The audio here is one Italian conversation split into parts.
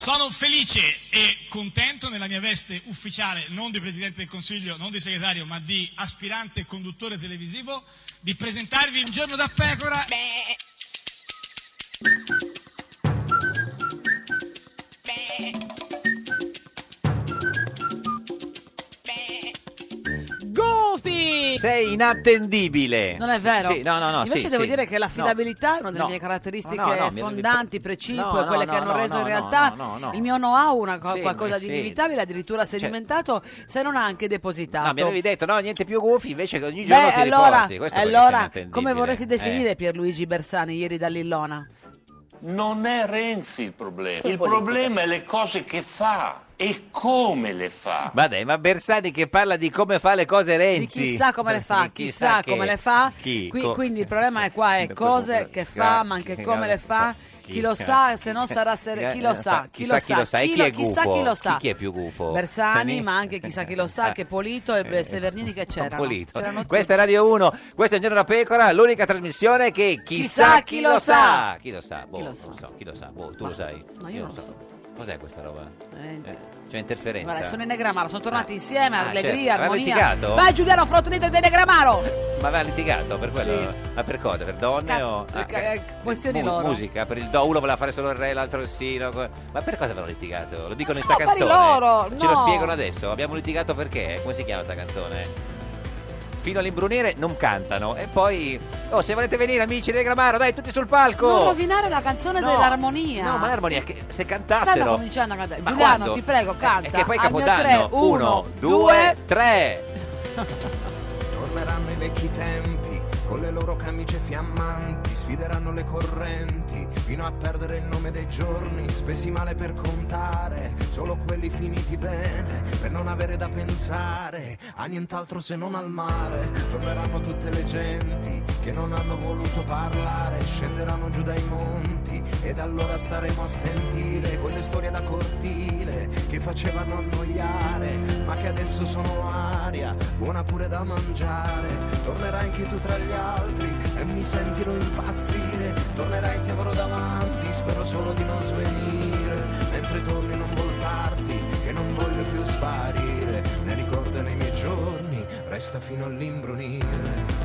Sono felice e contento nella mia veste ufficiale, non di Presidente del Consiglio, non di segretario, ma di aspirante conduttore televisivo, di presentarvi Un giorno da pecora. Goofy! Sei inattendibile. Non è vero? Sì, no. Invece sì, devo sì. dire che l'affidabilità è una delle No. mie caratteristiche No, fondanti, precipue, no, quelle no, che hanno no, reso no, in realtà no. il mio know-how Sì, qualcosa di sì. inevitabile, addirittura sedimentato, se non anche depositato. No, mi avevi detto, no, niente più gufi, invece che ogni giorno ti allora, riporti. Questo è perché sei allora inattendibile. come vorresti definire Pierluigi Bersani ieri da Lillona? Non è Renzi il problema. Il problema è le cose che fa e come le fa. Ma dai, ma Bersani che parla di come fa le cose Renzi. Di chissà come le fa, chissà come le fa. Quindi il problema è qua, è cose che fa, ma anche come le fa. Chi lo sa, se no sarà chi lo sa, chi lo sa, e chi è gufo? chissà chi lo sa. Chi è più gufo? Bersani, ma anche chissà chi lo sa, che Polito e Severnini che c'erano. Polito. C'erano Questa è Radio 1, questo è Un giorno da pecora, l'unica trasmissione che chissà chi lo sa. Chi lo sa? Boh, Chi lo non sa? so, chi lo sa? Boh, tu lo sai? No, io non so. Cos'è questa roba? C'è interferenza? Guarda, sono i Negramaro, sono tornati insieme, allegria, certo. Aveva armonia. litigato? Vai Giuliano Frotonite dei Negramaro! Ma aveva litigato per quello? Sì. Ma per cosa? Per donne o... questioni loro. Musica, per il do, uno voleva fare solo il re, l'altro il sì. Ma per cosa avevano litigato? Lo dicono in sta per canzone. loro, Ce lo no. spiegano adesso. Abbiamo litigato perché? Come si chiama sta canzone? Fino all'imbrunire non cantano. E poi... Oh, se volete venire amici del Gramaro, dai, tutti sul palco! Non rovinare la canzone No. dell'armonia. No, ma l'armonia, che se Stanno cantassero... cominciando a cantare. Ma Giuliano, quando? ti prego, canta. E che poi Al mio Capodanno. tre, uno, 2, 3. Torneranno i vecchi tempi, con le loro camicie fiammanti, sfideranno le correnti, fino a perdere il nome dei giorni, spesi male per contare, solo quelli finiti bene, per non avere da pensare a nient'altro se non al mare. Torneranno tutte le genti che non hanno voluto parlare, scenderanno giù dai monti, ed allora staremo a sentire quelle storie da cortile che facevano annoiare, ma che adesso sono aria, buona pure da mangiare. Tornerai anche tu tra gli altri e mi sentirò impazzire, tornerai ti avrò davanti, spero solo di non svenire, mentre torni non voltarti, che non voglio più sparire, ne ricordo nei miei giorni, resta fino all'imbrunire.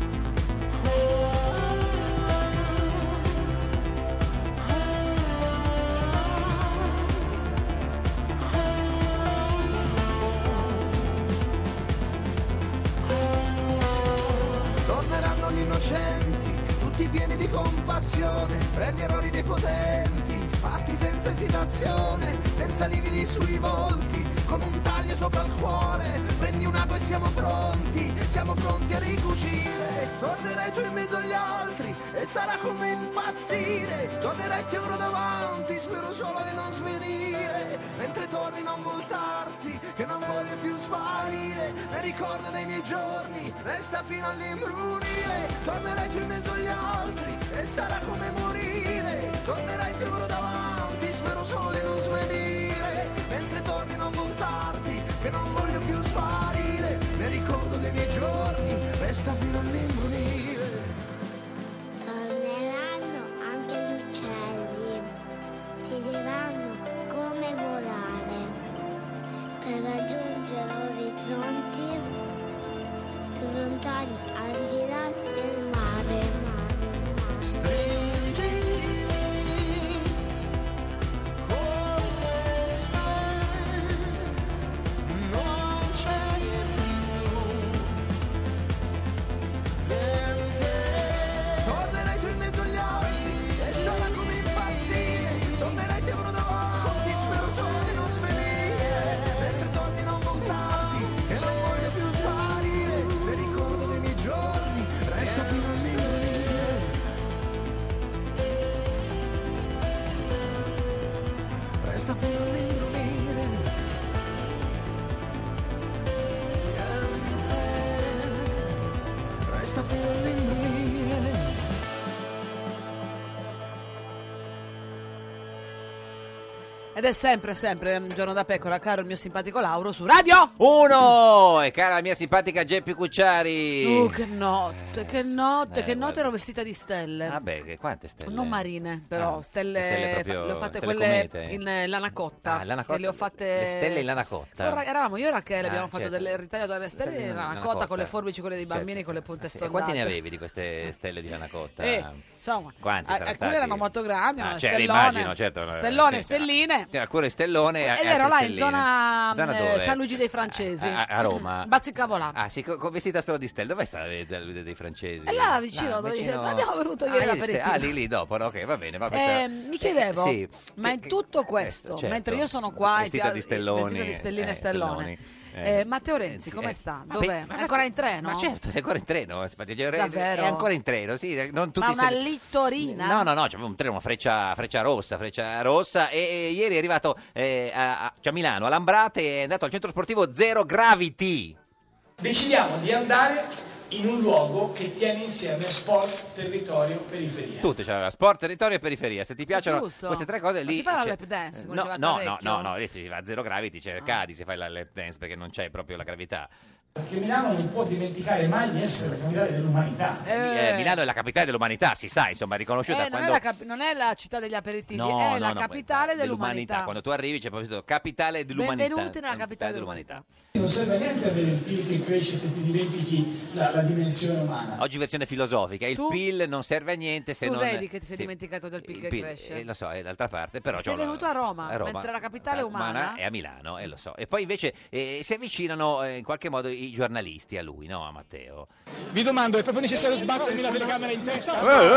Torneranno gli innocenti, tutti pieni di compassione, per gli errori dei potenti, fatti senza esitazione, senza lividi sui volti, con un taglio sopra il cuore, prendi un ago e siamo pronti a ricucire. Tornerai tu in mezzo agli altri e sarà come impazzire, tornerai ti avrò davanti, spero solo di non svenire, mentre torni non voltarti, che non voglio più sparire, ne ricordo dei miei giorni, resta fino all'imbrunire. Tornerai tu in mezzo agli altri e sarà come morire, tornerai ti avrò davanti, spero solo di non svenire, mentre torni non voltarti, che non voglio più sparire, ne ricordo dei miei giorni, resta fino all'imbrunire. Torneranno anche gli uccelli, ci diranno come volare, per raggiungere orizzonti più lontani al di là del mare. Stringimi come sai, non c'è più niente. Tornerai tu in mezzo agli altri e sarà come impazzire, tornerai ti avrò davanti, spero solo di non svenire, mentre torni non voltarti, che non voglio più sparire, ne ricordo dei miei giorni, resta fino all'imbrunire. Resta fino all'imbrunire. Niente. Resta fino all'imbrunire. Ed è sempre un giorno da pecora, caro il mio simpatico Lauro, su Radio 1. E cara la mia simpatica Geppi Cucciari. Che notte, ero vestita di stelle. Vabbè, quante stelle? Non marine, però, stelle proprio, le ho fatte stelle quelle comete. in lana cotta. Che le ho fatte... Le stelle in lana cotta. Eravamo io e Rachele, abbiamo fatto certo. il ritaglio delle stelle in lana cotta, con le forbici, quelle dei bambini, certo. con le punte E stondate. quanti ne avevi di queste stelle di lana cotta? Insomma, quanti saranno alcune stati? erano molto grandi, stellone, immagino, certo. stellone, stelline. Alcune stellone. Ed ero là in zona zona San Luigi dei Francesi, a Roma. Bazzicavolà. Ah sì, vestita solo di stelle. Dove sta dei francesi? E là vicino, dove abbiamo bevuto ieri l'aperitivo. Lì dopo, no? Ok, va bene. Mi chiedevo, sì. ma in tutto questo, certo. mentre io sono qua vestita di stelloni, vestita di stelline e stellone, Matteo Renzi come sta? Dov'è? È ancora in treno? Ma certo, è ancora in treno. Davvero? È ancora in treno, sì. Non tutti ma una littorina? No, c'è un treno, una freccia rossa e ieri è arrivato a Milano, a Lambrate, è andato al centro sportivo Zero Gravity. Decidiamo di andare in un luogo che tiene insieme sport, territorio, periferia. Tutte, cioè sport, territorio e periferia. Se ti piacciono Giusto. queste tre cose lì. Ma si fa la lap dance? No, lì si va a Zero Gravity, c'è il Cadi, si fa la lap dance perché non c'è proprio la gravità. Perché Milano non può dimenticare mai di essere la capitale dell'umanità. Milano è la capitale dell'umanità, si sa, insomma, riconosciuta non è la città degli aperitivi, è la capitale dell'umanità. Quando tu arrivi c'è proprio capitale dell'umanità. Benvenuti nella capitale dell'umanità. Non serve niente avere il PIL che cresce se ti dimentichi la dimensione umana. Oggi versione filosofica, il PIL non serve a niente se tu non... vedi che ti sei dimenticato del PIL che cresce. Lo so, è d'altra parte, però... Sei venuto a Roma, mentre la capitale umana è a Milano, lo so. E poi invece si avvicinano in qualche modo i giornalisti a lui, no, a Matteo? Vi domando, è proprio necessario sbattermi la telecamera in testa?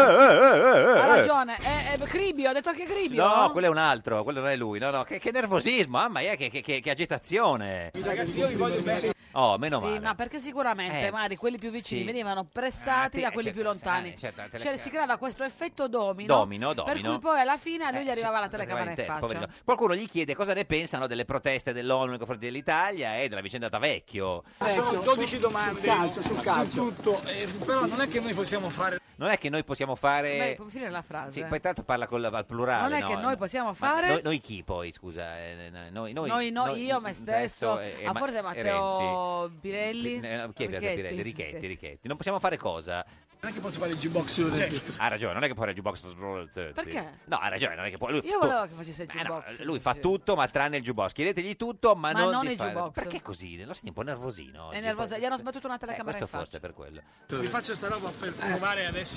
Ha ragione, è Cribio, ha detto anche Cribio. No, quello è un altro, quello non è lui, no, che nervosismo, mamma mia, che agitazione. Ragazzi, io vi voglio bene. Oh, meno male. Sì, ma perché sicuramente magari quelli più vicini venivano pressati da quelli più lontani. Cioè si creava questo effetto domino. Per cui poi alla fine a lui gli arrivava la telecamera in faccia. Poverino. Qualcuno gli chiede cosa ne pensano delle proteste dell'ONU nei confronti dell'Italia e della vicenda Tavecchio. Sono 12 domande sul calcio. Su tutto, però non è che noi possiamo fare... Beh, puoi finire la frase. Sì, poi tanto parla al plurale. Non è che noi possiamo fare... Noi chi poi, scusa? Noi, io, me stesso, forse Matteo Renzi. Pirelli. Chi è Pirelli? Richetti. Non possiamo fare cosa? Non è che posso fare il G-Box. Ha ragione, non è che può fare il jukebox. Perché? No, ha ragione, non è che può. Io volevo che facesse il jukebox. Lui fa tutto, ma tranne il jukebox. Chiedetegli tutto, ma non il jukebox. Perché così? Lo senti un po' nervosino. È nervoso, gli hanno sbattuto una telecamera in faccia. Questo forse è per quello. Vi faccio sta roba per provare ad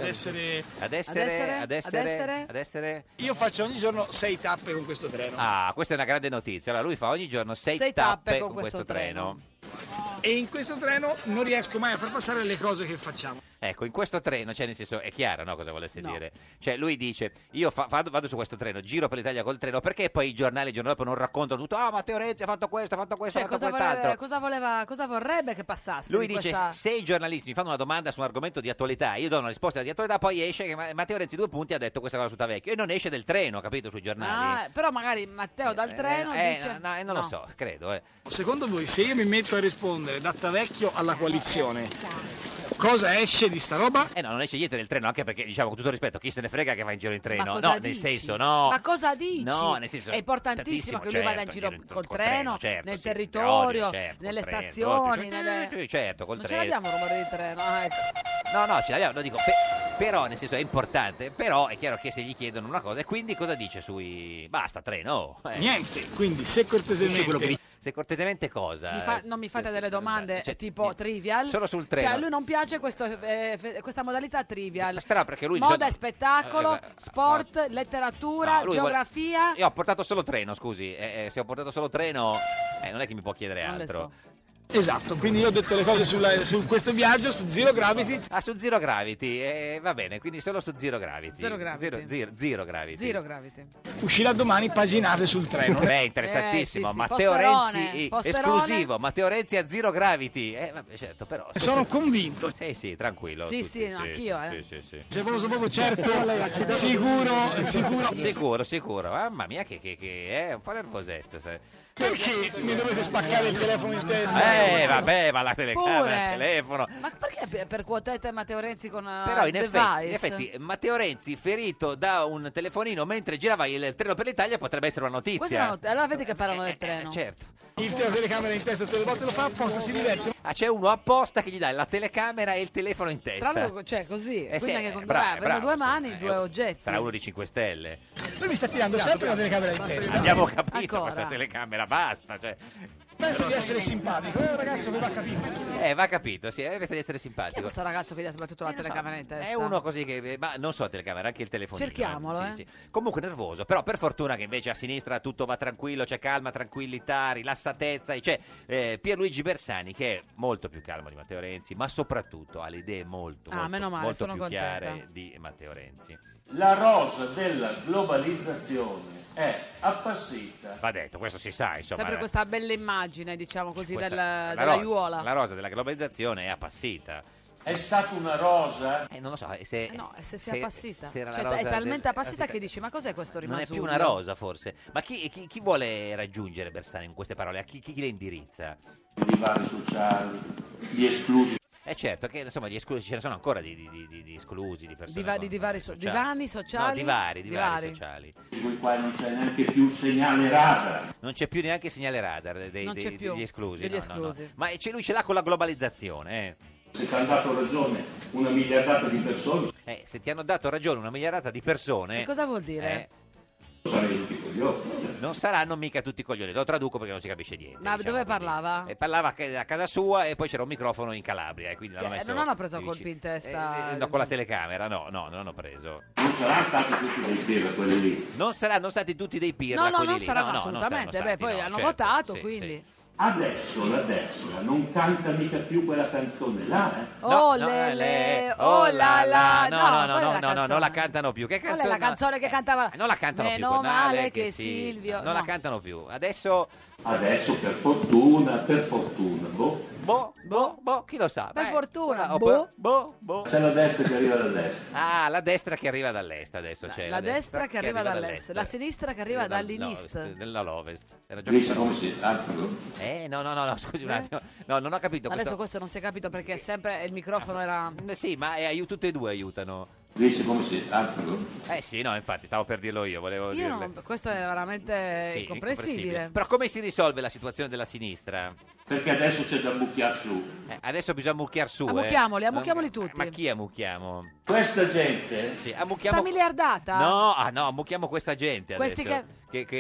essere. Io faccio ogni giorno 6 tappe con questo treno. Ah, questa è una grande notizia. Allora lui fa ogni giorno 6 tappe con questo treno. E in questo treno non riesco mai a far passare le cose che facciamo. Ecco, in questo treno, cioè nel senso, è chiaro, no, cosa volesse dire? Cioè lui dice, io vado su questo treno, giro per l'Italia col treno, perché poi i giornali il giorno dopo non raccontano tutto, Matteo Renzi ha fatto questo, ha fatto quest'altro. Cosa vorrebbe che passasse? Lui dice, se i giornalisti mi fanno una domanda su un argomento di attualità, io do una risposta di attualità, poi esce che Matteo Renzi 2 punti ha detto questa cosa su Tavecchio, e non esce del treno, capito, sui giornali. Però magari Matteo dal treno dice... non lo so, credo. Secondo voi, se io mi metto a rispondere da Tavecchio alla coalizione, cosa esce di sta roba? No, non esce niente del treno, anche perché, diciamo, con tutto rispetto, chi se ne frega che va in giro in treno? Ma cosa nel dici? senso, no. Ma cosa dici? No, nel senso, è importantissimo che lui vada in giro col treno, certo, nel sì, territorio, ovvio, nelle col treno, stazioni, ovvio, certo, col non treno. ce l'abbiamo rumore di treno. Ecco. No, ce l'abbiamo, lo dico, però nel senso è importante, però è chiaro che se gli chiedono una cosa, e quindi cosa dice sui... Basta, treno. Niente, quindi se cortesemente cosa? Non mi fate delle domande tipo trivial? Solo sul treno. Cioè a lui non piace questa modalità trivial. Strano perché lui moda e spettacolo, sport, letteratura, geografia. Io ho portato solo treno, scusi. Se ho portato solo treno, non è che mi può chiedere Non le altro. so. Esatto, quindi io ho detto le cose su questo viaggio, su Zero Gravity. Ah, su Zero Gravity, va bene, quindi solo su Zero Gravity. Zero Gravity. Zero Gravity. Uscirà domani paginate sul treno. Beh, interessantissimo. sì, Matteo Renzi, posterone. esclusivo. Matteo Renzi a Zero Gravity. Vabbè, certo, però. Sono convinto. Sì, tranquillo. Sì, anch'io. Sì. Cioè, proprio certo, Sicuro. Mamma mia, che è un po' nervosetto, sai. Perché mi dovete spaccare il telefono in testa? vabbè, ma la telecamera, Pure. il telefono. Ma perché percuotete Matteo Renzi con Però in device? effetti Matteo Renzi ferito da un telefonino mentre girava il treno per l'Italia potrebbe essere una notizia. Questa è una allora vedi che parlano del treno. Certo. Il telecamera in testa tutte le volte lo fa apposta, si diverte. Ah, c'è uno apposta che gli dà la telecamera e il telefono in testa. Tra l'altro, cioè così, sì, quindi anche con bravo, avendo due mani, insomma, due oggetti. Sarà uno di 5 Stelle. Lui mi sta tirando sempre la telecamera in testa. Abbiamo capito Ancora. questa telecamera, basta. Cioè. Pensa di essere simpatico, è un ragazzo che va capito. Va capito, sì, pensa di essere Chi è simpatico. questo ragazzo che gli ha soprattutto la telecamera in testa? È uno così che, ma non solo la telecamera, anche il telefonino. Cerchiamolo, Sì. Comunque nervoso, però per fortuna che invece a sinistra tutto va tranquillo, c'è calma, tranquillità, rilassatezza, e c'è Pierluigi Bersani che è molto più calmo di Matteo Renzi, ma soprattutto ha le idee molto meno male, molto sono più contenta. chiare di Matteo Renzi. La rosa della globalizzazione è appassita. Va detto, questo si sa, insomma. Sempre questa bella immagine, diciamo così, Questa- della rosa, aiuola. La rosa della globalizzazione è appassita. È stata una rosa? Non lo so, se se è appassita. se era la Cioè, rosa è talmente del- appassita che dici, ma cos'è questo non è rimasuglio? più una rosa forse. Ma chi vuole raggiungere Bersani con queste parole? A chi le indirizza? I divari sociali, gli esclusi. Certo che insomma gli esclusi ce ne sono ancora di esclusi, di persone Divani sociali? No, divari sociali. Con i quali non c'è neanche più il segnale radar. Non c'è più neanche il segnale radar Non c'è più degli esclusi. degli no. esclusi. Ma lui ce l'ha con la globalizzazione. Se ti hanno dato ragione una miliardata di persone, Se ti hanno dato ragione una miliardata di persone. Che cosa vuol dire? sarei tutti coglioni. Non saranno mica tutti coglioni, lo traduco perché non si capisce niente. Ma diciamo dove così. parlava? Parlava a casa sua e poi c'era un microfono in Calabria. E quindi l'hanno messo non hanno preso vicino. colpi in testa. No, con la telecamera, no, non l'hanno preso. Non saranno stati tutti dei pirla quelli lì. Non saranno stati tutti dei pirla No, quelli non lì. saranno non assolutamente. saranno Poi stati, hanno certo, votato, sì, quindi. sì. Adesso la destra non canta mica più quella canzone là, Oh le, oh la la. No, non la cantano più. Che Qual canzone? è la canzone che cantava? Non la cantano più. Meno quella, male che Silvio. Non la cantano più. Adesso. Adesso per fortuna, Boh, chi lo sa? Per fortuna, boh. C'è la destra che arriva dall'est. Ah, la destra che arriva dall'est adesso c'è. La destra che arriva dall'est, la sinistra che arriva dall'inist. Dall'ovest. Dice come si... No, scusi un attimo. No, non ho capito. Adesso questo non si è capito perché sempre il microfono era... Sì, ma tutte e due aiutano. Dice come si... Sì, no, infatti, stavo per dirlo io, volevo dirle. Questo è veramente Sì, incomprensibile. Però come si risolve la situazione della sinistra? Perché adesso c'è da bucchiare su. Adesso bisogna mucchiare su. Ammucchiamoli tutti. Ma chi ammucchiamo? Questa gente... Sì, ammucchiamo... Sta miliardata? No, ammucchiamo questa gente Questi adesso.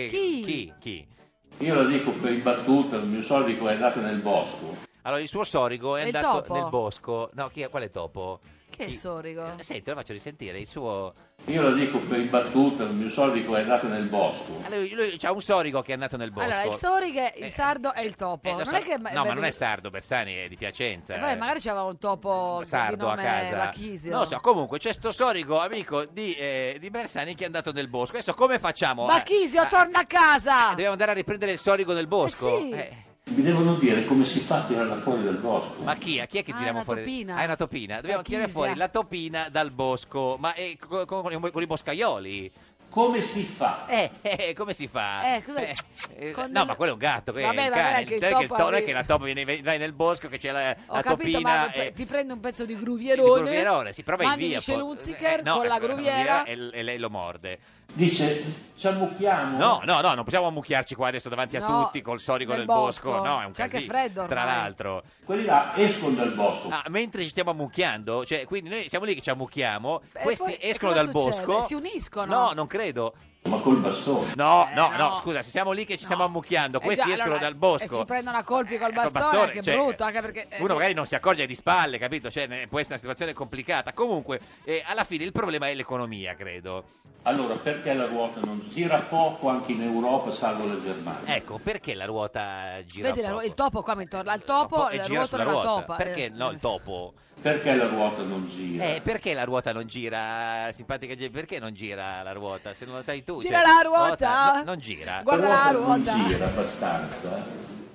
Chi? Io lo dico per in battuta, il mio solico è andato nel bosco. Allora, il suo sorico è E il andato topo? nel bosco. No, quale topo? Che è Sorigo? Senti, lo faccio risentire. Il suo... Io lo dico per in battuta, il mio solico è andato nel bosco. Allora, lui c'ha un sorico che è andato nel bosco. Allora, il Sorighe, il sardo e il topo. lo Non so. è che... No, ma non è sardo, Bersani è di Piacenza. E poi magari c'aveva un topo sardo di a nome casa. Lachisio. Non lo so, comunque c'è sto sorico amico di Bersani che è andato nel bosco. Adesso come facciamo? Lachisio, torna a casa! Dobbiamo andare a riprendere il sorico nel bosco? sì. Mi devono dire come si fa a tirarla fuori dal bosco. Ma chi è? Chi è che tiriamo una fuori? topina. È una topina. Dobbiamo tirare Lachisia. fuori la topina dal bosco. Ma con i boscaioli? Come si fa? Come si fa? Cos'è? No, ma quello è un gatto. Vabbè, è il ma cane. non è che il Non è topo non è che la topo vai nel bosco che c'è la Ho capito, topina. ma ti prendi un pezzo di gruvierone, si prova mandi via. Michel Hunziker con la gruviera. E lei lo morde. Dice, ci ammucchiamo? No, non possiamo ammucchiarci qua adesso davanti a No, tutti col sorico nel nel bosco. bosco. No, è un C'è anche casino. freddo Tra ormai. l'altro. Quelli là escono dal bosco. Mentre ci stiamo ammucchiando, cioè, quindi noi siamo lì che ci ammucchiamo, questi poi escono cosa dal succede? bosco. Si uniscono? No, non credo. Ma col bastone. No, no. scusa, se siamo lì che ci stiamo ammucchiando, questi già, escono allora, dal bosco. E ci prendono a colpi col Col bastone, che cioè, brutto, anche perché... uno sì. magari non si accorge di spalle, capito? Cioè, può essere una situazione complicata. Comunque, alla fine il problema è l'economia, credo. Allora, perché la ruota non gira poco anche in Europa, salvo la Germania? Ecco, perché la ruota gira Vedi, poco? il topo qua mi torna al topo, e la gira ruota sulla nella ruota. topa. Perché no, il topo? Perché la ruota non gira? Perché la ruota non gira, simpatica gente? Perché non gira la ruota? Se non lo sai tu. Gira la ruota! Non gira. Guarda la ruota! Non gira abbastanza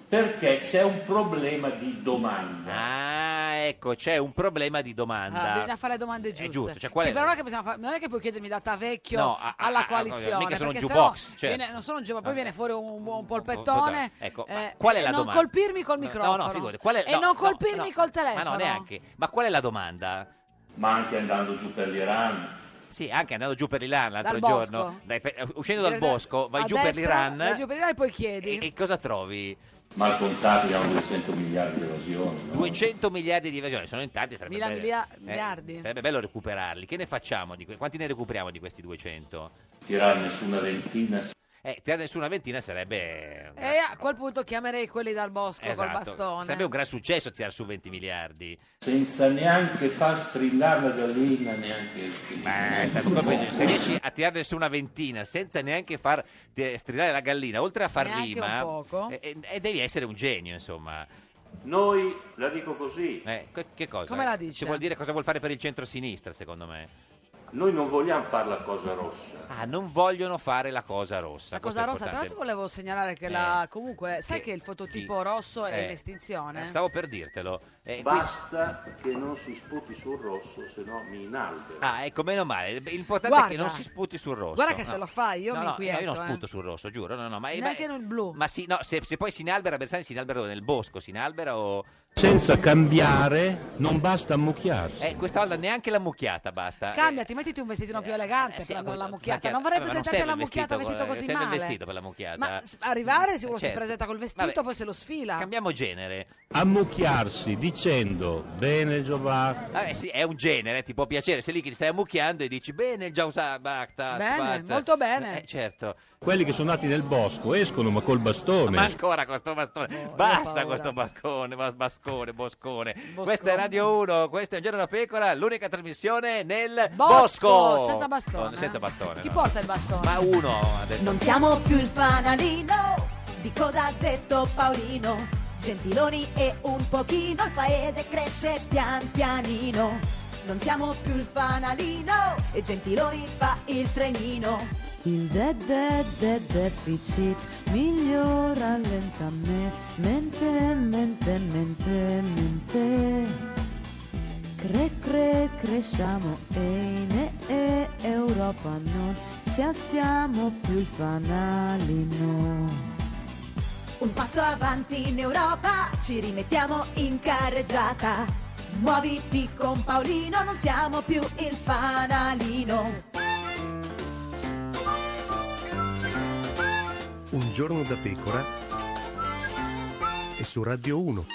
Perché c'è un problema di domanda. Ah, ecco, c'è un problema di domanda. Bisogna fare le domande giuste. È giusto, cioè, qual è però non è che puoi chiedermi da Tavecchio No, alla coalizione. mica sono un perché jukebox, sennò certo. non sono un jukebox, poi viene fuori un polpettone. Ecco, qual è la non domanda? colpirmi col microfono. No, figurati, qual è- e no, non no, colpirmi no. col telefono. Ma no, neanche. Ma qual è la domanda? Ma anche andando giù per l'Iran. Sì, anche andando giù per l'Iran l'altro Dal giorno. uscendo dal bosco, vai A giù per destra, l'Iran. vai giù per l'Iran e poi chiedi. E cosa trovi? Mal contati abbiamo 200 miliardi di evasione. No? 200 miliardi di evasione, sono in tanti, sarebbe Mila bello, miliardi. sarebbe bello recuperarli. Che ne facciamo? Quanti ne recuperiamo di questi 200? Tirarne su una ventina. Tirarne su una ventina sarebbe... E a quel punto chiamerei quelli dal bosco col bastone. Sarebbe un gran successo tirare su 20 miliardi. Senza neanche far strillare la gallina, neanche il figlio. Se riesci a tirarne su una ventina senza neanche far strillare la gallina, oltre a far Neanche rima, un poco. devi essere un genio, insomma. Noi, la dico così, Che cosa? Come la dice? Ci vuol dire cosa vuol fare per il centro-sinistra, secondo me. noi non vogliamo fare la cosa rossa. Ah, non vogliono fare la cosa rossa. La Questo cosa è rossa, tra importante. l'altro volevo segnalare che comunque, sai che il fototipo rosso è in estinzione? Stavo per dirtelo. Basta che non si sputi sul rosso, se no mi inalbero. Ah, ecco, meno male. L'importante Guarda, è che non si sputi sul rosso. Guarda che se lo fai, io mi inquieto. Io non sputo sul rosso, giuro. Neanche nel blu. Ma sì, no, se poi si inalbera Bersani, si inalbera dove? Nel bosco, si inalbera o... Senza cambiare non basta ammucchiarsi. Questa volta neanche la mucchiata basta. Cambiati, mettiti un vestitino più elegante per andare alla mucchiata. Non vorrei presentarti alla mucchiata vestito così serve male. il vestito per la mucchiata. Ma arrivare sicuro si certo. presenta col vestito, Vabbè, poi se lo sfila. Cambiamo genere. Ammucchiarsi dicendo bene Giovanni. Vabbè, sì, è un genere, ti può piacere. Se lì che ti stai ammucchiando e dici bene, Bene, molto bene. Certo. Quelli che sono nati nel bosco escono ma col bastone. Ma ancora con sto bastone. Basta con sto boscone. Questa è Radio 1, questo è Un Giorno da Pecora, l'unica trasmissione nel bosco. Senza bastone. Senza bastone. Chi no. porta il bastone? Ma uno ha detto. Non siamo più il fanalino di coda, ha detto Paolino. Gentiloni e un pochino, il paese cresce pian pianino. Non siamo più il fanalino e Gentiloni fa il trenino. Il deficit migliora lentamente. Cresciamo e in Europa non siamo più il fanalino. Un passo avanti in Europa, ci rimettiamo in carreggiata. Muoviti con Paolino, non siamo più il fanalino. Un Giorno da Pecora e su Radio 1.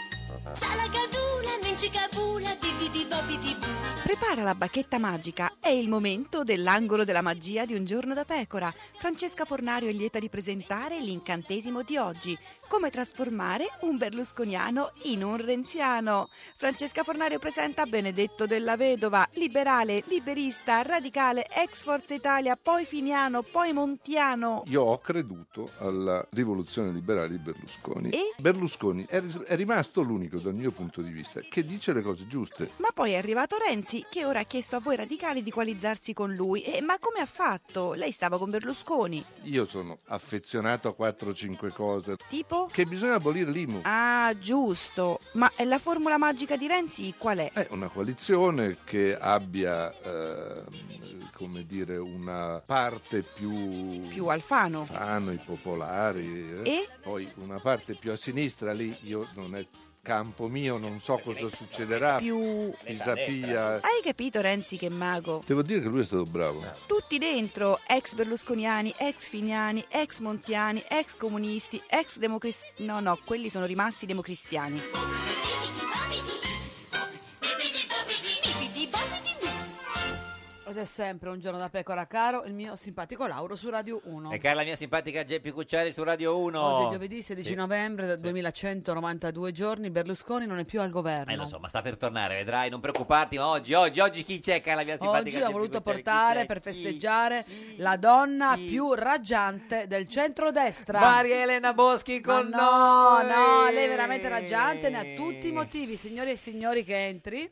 Prepara la bacchetta magica, è il momento dell'angolo della magia di Un Giorno da Pecora. Francesca Fornario è lieta di presentare l'incantesimo di oggi: come trasformare un berlusconiano in un renziano. Francesca Fornario presenta Benedetto della Vedova, liberale, liberista, radicale, ex Forza Italia, poi finiano, poi montiano. Io ho creduto alla rivoluzione liberale di Berlusconi. E? Berlusconi è rimasto l'unico, dal mio punto di vista, che dice le cose giuste. Ma poi è arrivato Renzi, che ora ha chiesto a voi radicali di coalizzarsi con lui. Ma come ha fatto? Lei stava con Berlusconi. Io sono affezionato a 4-5 cose. Tipo? Che bisogna abolire l'IMU. Ah, giusto. Ma la formula magica di Renzi qual è? È una coalizione che abbia, come dire, una parte più Alfano. i popolari. E? Poi una parte più a sinistra, lì io non è campo mio, non so cosa succederà. Più Pisapia. Hai capito Renzi che mago? Devo dire che lui è stato bravo. Tutti dentro, ex berlusconiani, ex finiani, ex montiani, ex comunisti, ex democristiani. No, quelli sono rimasti democristiani. Ed è sempre Un Giorno da Pecora, caro il mio simpatico Lauro su Radio 1. E cara la mia simpatica Geppi Cucciari su Radio 1. Oggi è giovedì 16 novembre 2192 giorni, Berlusconi non è più al governo. Lo so, ma sta per tornare, vedrai, non preoccuparti, ma oggi chi c'è, cara la mia simpatica Oggi ho Geppi voluto Cucciari? portare per festeggiare la donna più raggiante del centrodestra. Maria Elena Boschi con noi. noi. Lei è veramente raggiante, ne ha tutti i motivi, signori e signori, che entri.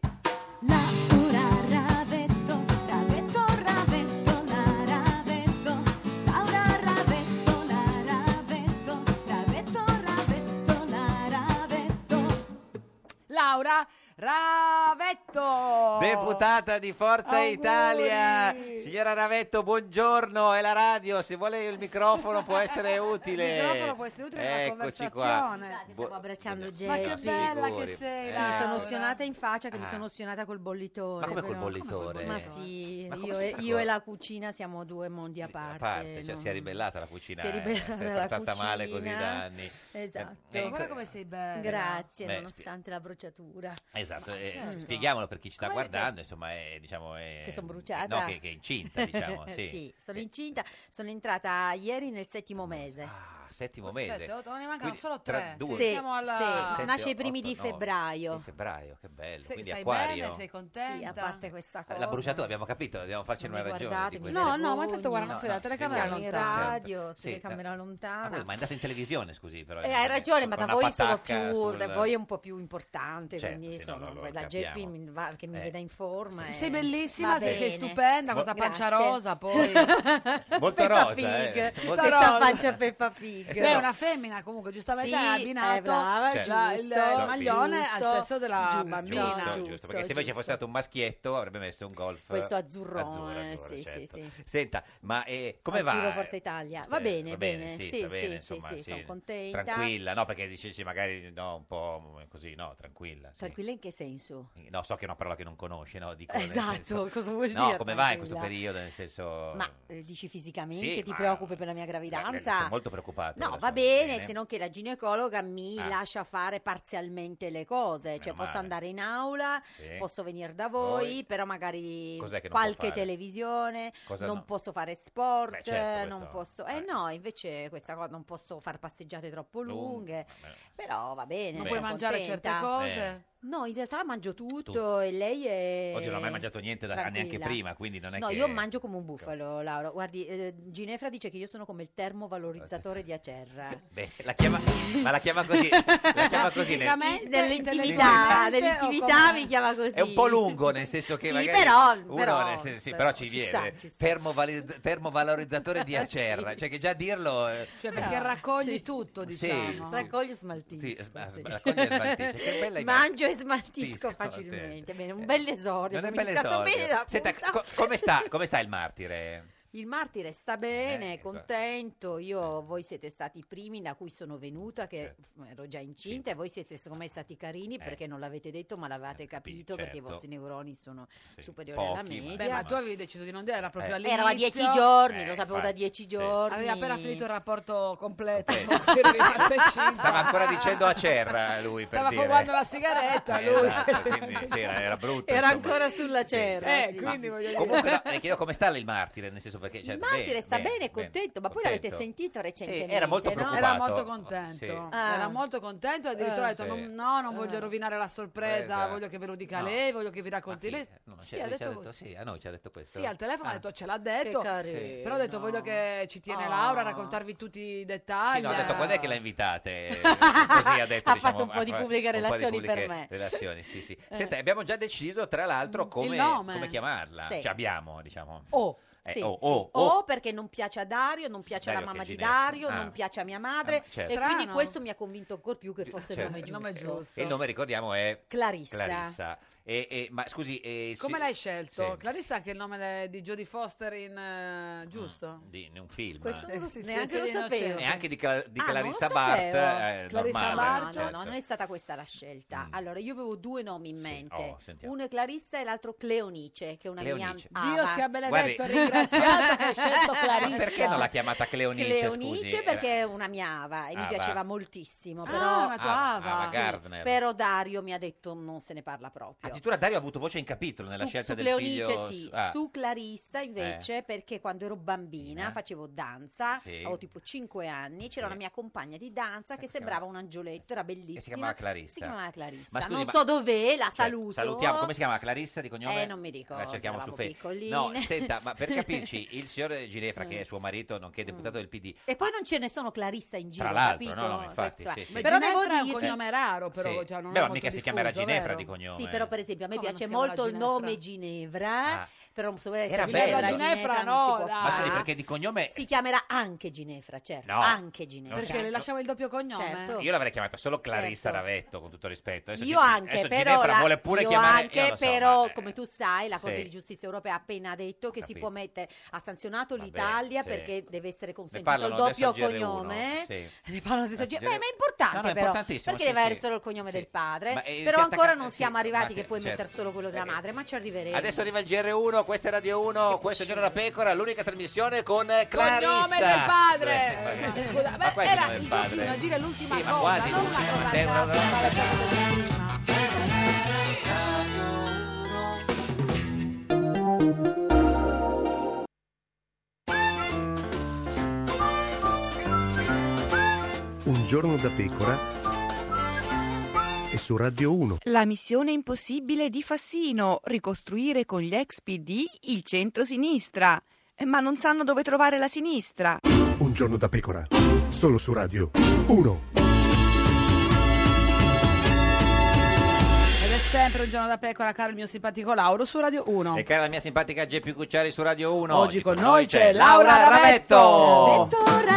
Laura Ravetto, deputata di Forza Auguri. Italia. Signora Ravetto, buongiorno, è la radio, se vuole il microfono può essere utile. Il microfono può essere utile per una Eccoci conversazione. qua. Stavo abbracciando Jay. Ma che bella figuri. che sei. Sì, Laura. sono opzionata in faccia che mi sono opzionata col bollitore. Ma come col però. bollitore? Ma sì, Ma come io, si e, fa io con- e la cucina siamo due mondi a parte. A parte, cioè no? si è ribellata la cucina. Si è ribellata si è la trattata male così cucina. da anni. Esatto. Guarda come sei bella. Grazie, Beh, nonostante la bruciatura. Esatto, certo. spieghiamolo per chi ci sta Come guardando, insomma, diciamo, Che sono bruciata. No, che è incinta, diciamo, sì. Sì, sono incinta. Sono entrata ieri nel 7° mese. Settimo mese. 7, 8, ne mancano Quindi solo tra 3. due. Sì, Siamo alla... sì, nasce i primi di febbraio. Di febbraio, che bello. Sei- Quindi stai acquario. bene, sei contenta? Sì, a parte questa cosa. La bruciatura, abbiamo capito, dobbiamo farci una ragione. guardate, di mi questo. No, ma tanto guarda, non si vede la telecamera Siamo in lontana. radio, Sì, telecamera lontana. Ma è andata in televisione, scusi, però. Hai ragione, ma con da una voi sono patacca più, da sul- voi è un po' più importante, Certo, quindi sì, sono no, lo la capiamo. Geppi che mi veda in forma. Sei e bellissima, va sei bene. stupenda, questa pancia Grazie. rosa poi. Molto Peppa rosa, Pig. molto Questa rosa. pancia Peppa Pig. Lei è una femmina comunque, giustamente Sì, hai abbinato brava, Certo. il giusto, maglione giusto, al sesso della giusto, bambina. Giusto, perché se invece fosse stato un maschietto avrebbe messo un golf Questo azzurrone, azzurro, sì, certo. sì, sì. Senta, ma come va? Azzurro Forza Italia. Va bene, bene, sì, sì, sta bene, sì, insomma, sì, sì. sono contenta. Tranquilla, no, perché dici magari no, un po' così, no, tranquilla. Sì. Tranquilla in che senso? No, so che è una parola che non conosce, no? Dico, nel Esatto, senso- cosa vuol No, dire come va in tranquilla? questo periodo, nel senso... Ma dici fisicamente, Sì, ti ma- preoccupi per la mia Sono gravidanza? molto preoccupato. No, adesso, va bene, se non che la ginecologa mi Ah. lascia fare parzialmente le cose, cioè Meno posso male. andare in aula, Sì. posso venire da voi, Voi. però magari Cos'è che non può qualche fare? televisione, Cosa non no? posso fare sport, Beh, certo, non questo- posso... no, invece questa cosa non posso fare passeggiate troppo lunghe, Vabbè. però va bene, Non sono puoi mangiare contenta. certe cose? No, in realtà mangio tutto Tutto. e lei è... Oddio, non ho mai mangiato niente tranquilla. neanche prima, quindi non è No, che... io mangio come un bufalo, Laura. Guardi, Ginefra dice che io sono come il termovalorizzatore di Acerra. Beh, la chiama così, la chiama così nel- Nell'intimità intellettualmente, mi chiama così. È un po' lungo, nel senso che Sì, magari però, nel senso- sì, però ci ci viene. sta, ci sta. Termovalorizzatore di Acerra, cioè che già dirlo Cioè perché raccogli tutto, diciamo. sì. Raccoglie e smaltisco. sì, sì. raccoglie e smaltisce. Che bella immagine. Mangio e smaltisco Sì, facilmente. Bene, un bel esordio. Non è abbiamo bello iniziato esordio. bene la Senta, puntata. come sta il martire? Il martire sta bene, Ecco. contento. Voi siete stati i primi da cui sono venuta, che ero già incinta, e voi siete secondo me stati carini perché non l'avete detto, ma l'avete capito perché i certo. vostri neuroni sono Sì, superiori alla pochi, ma- media. Beh, ma tu avevi deciso di non dire, era proprio all'inizio. Erano a 10 giorni, lo sapevo infatti, da 10 sì. giorni. Avevi appena finito il rapporto completo, Ok. ero rimasta incinta. Stava ancora dicendo Acerra lui, per Stava dire. fumando la sigaretta lui. Esatto, quindi, sì, era brutto. Era insomma. ancora sulla cera. sì. quindi voglio dire. Comunque, no, le chiedo come sta il martire, nel senso perché... Il martire sta bene, contento, ma poi l'avete sentito recentemente, era molto no? preoccupato. Era molto contento, Sì. era molto contento, addirittura ha detto Sì. non voglio rovinare la sorpresa, Presa. voglio che ve lo dica No. lei, voglio che vi racconti lei. No, Sì, ci ha ci detto sì, a noi ci ha detto questo. sì, al telefono ha detto ce l'ha detto, Che carino. però ha detto voglio che ci tiene Oh. Laura a raccontarvi tutti i dettagli. Sì, no, ha detto quando è che la invitate? Così ha detto, Ha diciamo, fatto un po' di pubbliche relazioni per me. Relazioni, sì, sì. Senta, abbiamo già deciso, tra l'altro, come, nome. come chiamarla. Sì. Cioè abbiamo, diciamo. Sì, oh, sì. oh, O perché non piace a Dario, non piace alla Dario mamma che di è Ginevra. Dario, Ah. non piace a mia madre, certo. e quindi Strano. questo mi ha convinto ancora più che fosse Certo. il nome giusto. E il nome, ricordiamo, è Clarissa. Ma scusi, Come l'hai scelto? Sì. Clarissa è anche il nome di Jodie Foster in giusto? in un film. Questo non lo sì, neanche sì, lo sì, non sapevo. c'è. E anche di Ah, Clarissa non lo Bart, sapevo. Clarissa normale, Bart. No, certo. no, non è stata questa la scelta. Allora, io avevo due nomi in Sì, mente. sentiamo. Uno è Clarissa e l'altro Cleonice, che è una Cleonice. mia Dio ava. sia benedetto, Guardi- ringraziato che hai scelto Ma Clarissa. perché non l'ha chiamata Cleonice, Cleonice scusi? perché è una mia ava e mi Ava. piaceva moltissimo, Ah, però una tua ava. Ava Gardner. però Dario mi ha detto non se ne parla proprio. Addirittura Dario ha avuto voce in capitolo nella scelta Su del Cleonice figlio. sì, Ah. su Clarissa invece perché quando ero bambina facevo danza, Sì. avevo tipo 5 anni, c'era Sì. una mia compagna di danza che sembrava un angioletto, era bellissima. E si chiamava Clarissa. Si chiamava Clarissa. Ma scusi, non ma- so dov'è, la Cioè, saluto. salutiamo, come si chiama Clarissa di cognome? Non mi ricordo, La cerchiamo su eravamo Facebook. piccoline. No, senta, ma per capirci, il signor Ginefra, che è suo marito, nonché deputato del PD, E poi non ce ne sono Clarissa in giro, Tra l'altro, capito? no, infatti, Questo è. sì, sì. Beh, Però Ginevra devo è un dirti cognome raro, però Sì. cioè, non Beh, è ma molto mica si diffuso, chiamerà Ginefra vero? di cognome. Sì, però per esempio a me Come non piace si chiama molto la il Ginevra? nome Ginevra, però non so essere Era Ginevra, bello. Ginevra, non no, si può dai. Ma scusi, fare. perché di cognome... Si chiamerà anche Ginevra, certo, No, anche Ginevra. Perché le lasciamo il doppio cognome? Certo. Io l'avrei chiamata solo Clarissa Certo. Ravetto, con tutto rispetto. Adesso Io anche, adesso però, Ginevra vuole pure io chiamare... anche, io lo so, però ma, come tu sai, la Corte sì. di Giustizia Europea ha appena detto che si Capito. può mettere, ha sanzionato Vabbè, l'Italia sì. perché deve essere Ne consentito il parlano adesso doppio al GR1, cognome. sì. Ne parlano adesso al Adesso GR1. Ma è importante No, no, è però, importantissimo, perché sì, deve avere sì. solo il cognome Sì. del padre, Ma, però si è ancora attacca- non sì, siamo arrivati ma che puoi certo. mettere solo quello della madre, ma ci arriveremo. Adesso arriva il GR1, questa è Radio 1, questo è Giorno da Pecora, l'unica trasmissione con Clarissa. Cognome del padre! Ma Scusa, ma quale era cognome del il padre? giochino a dire l'ultima Sì, ma cosa, quasi non l'ultima, una ma cosa sei una- prima. Un giorno da pecora e su Radio 1. La missione impossibile di Fassino, ricostruire con gli ex PD il centro-sinistra. Ma non sanno dove trovare la sinistra. Un giorno da pecora, solo su Radio 1. Ed è sempre un giorno da pecora, caro il mio simpatico Lauro, su Radio 1. E cara la mia simpatica Geppi Cucciari su Radio 1. Oggi con noi c'è Laura Ravetto.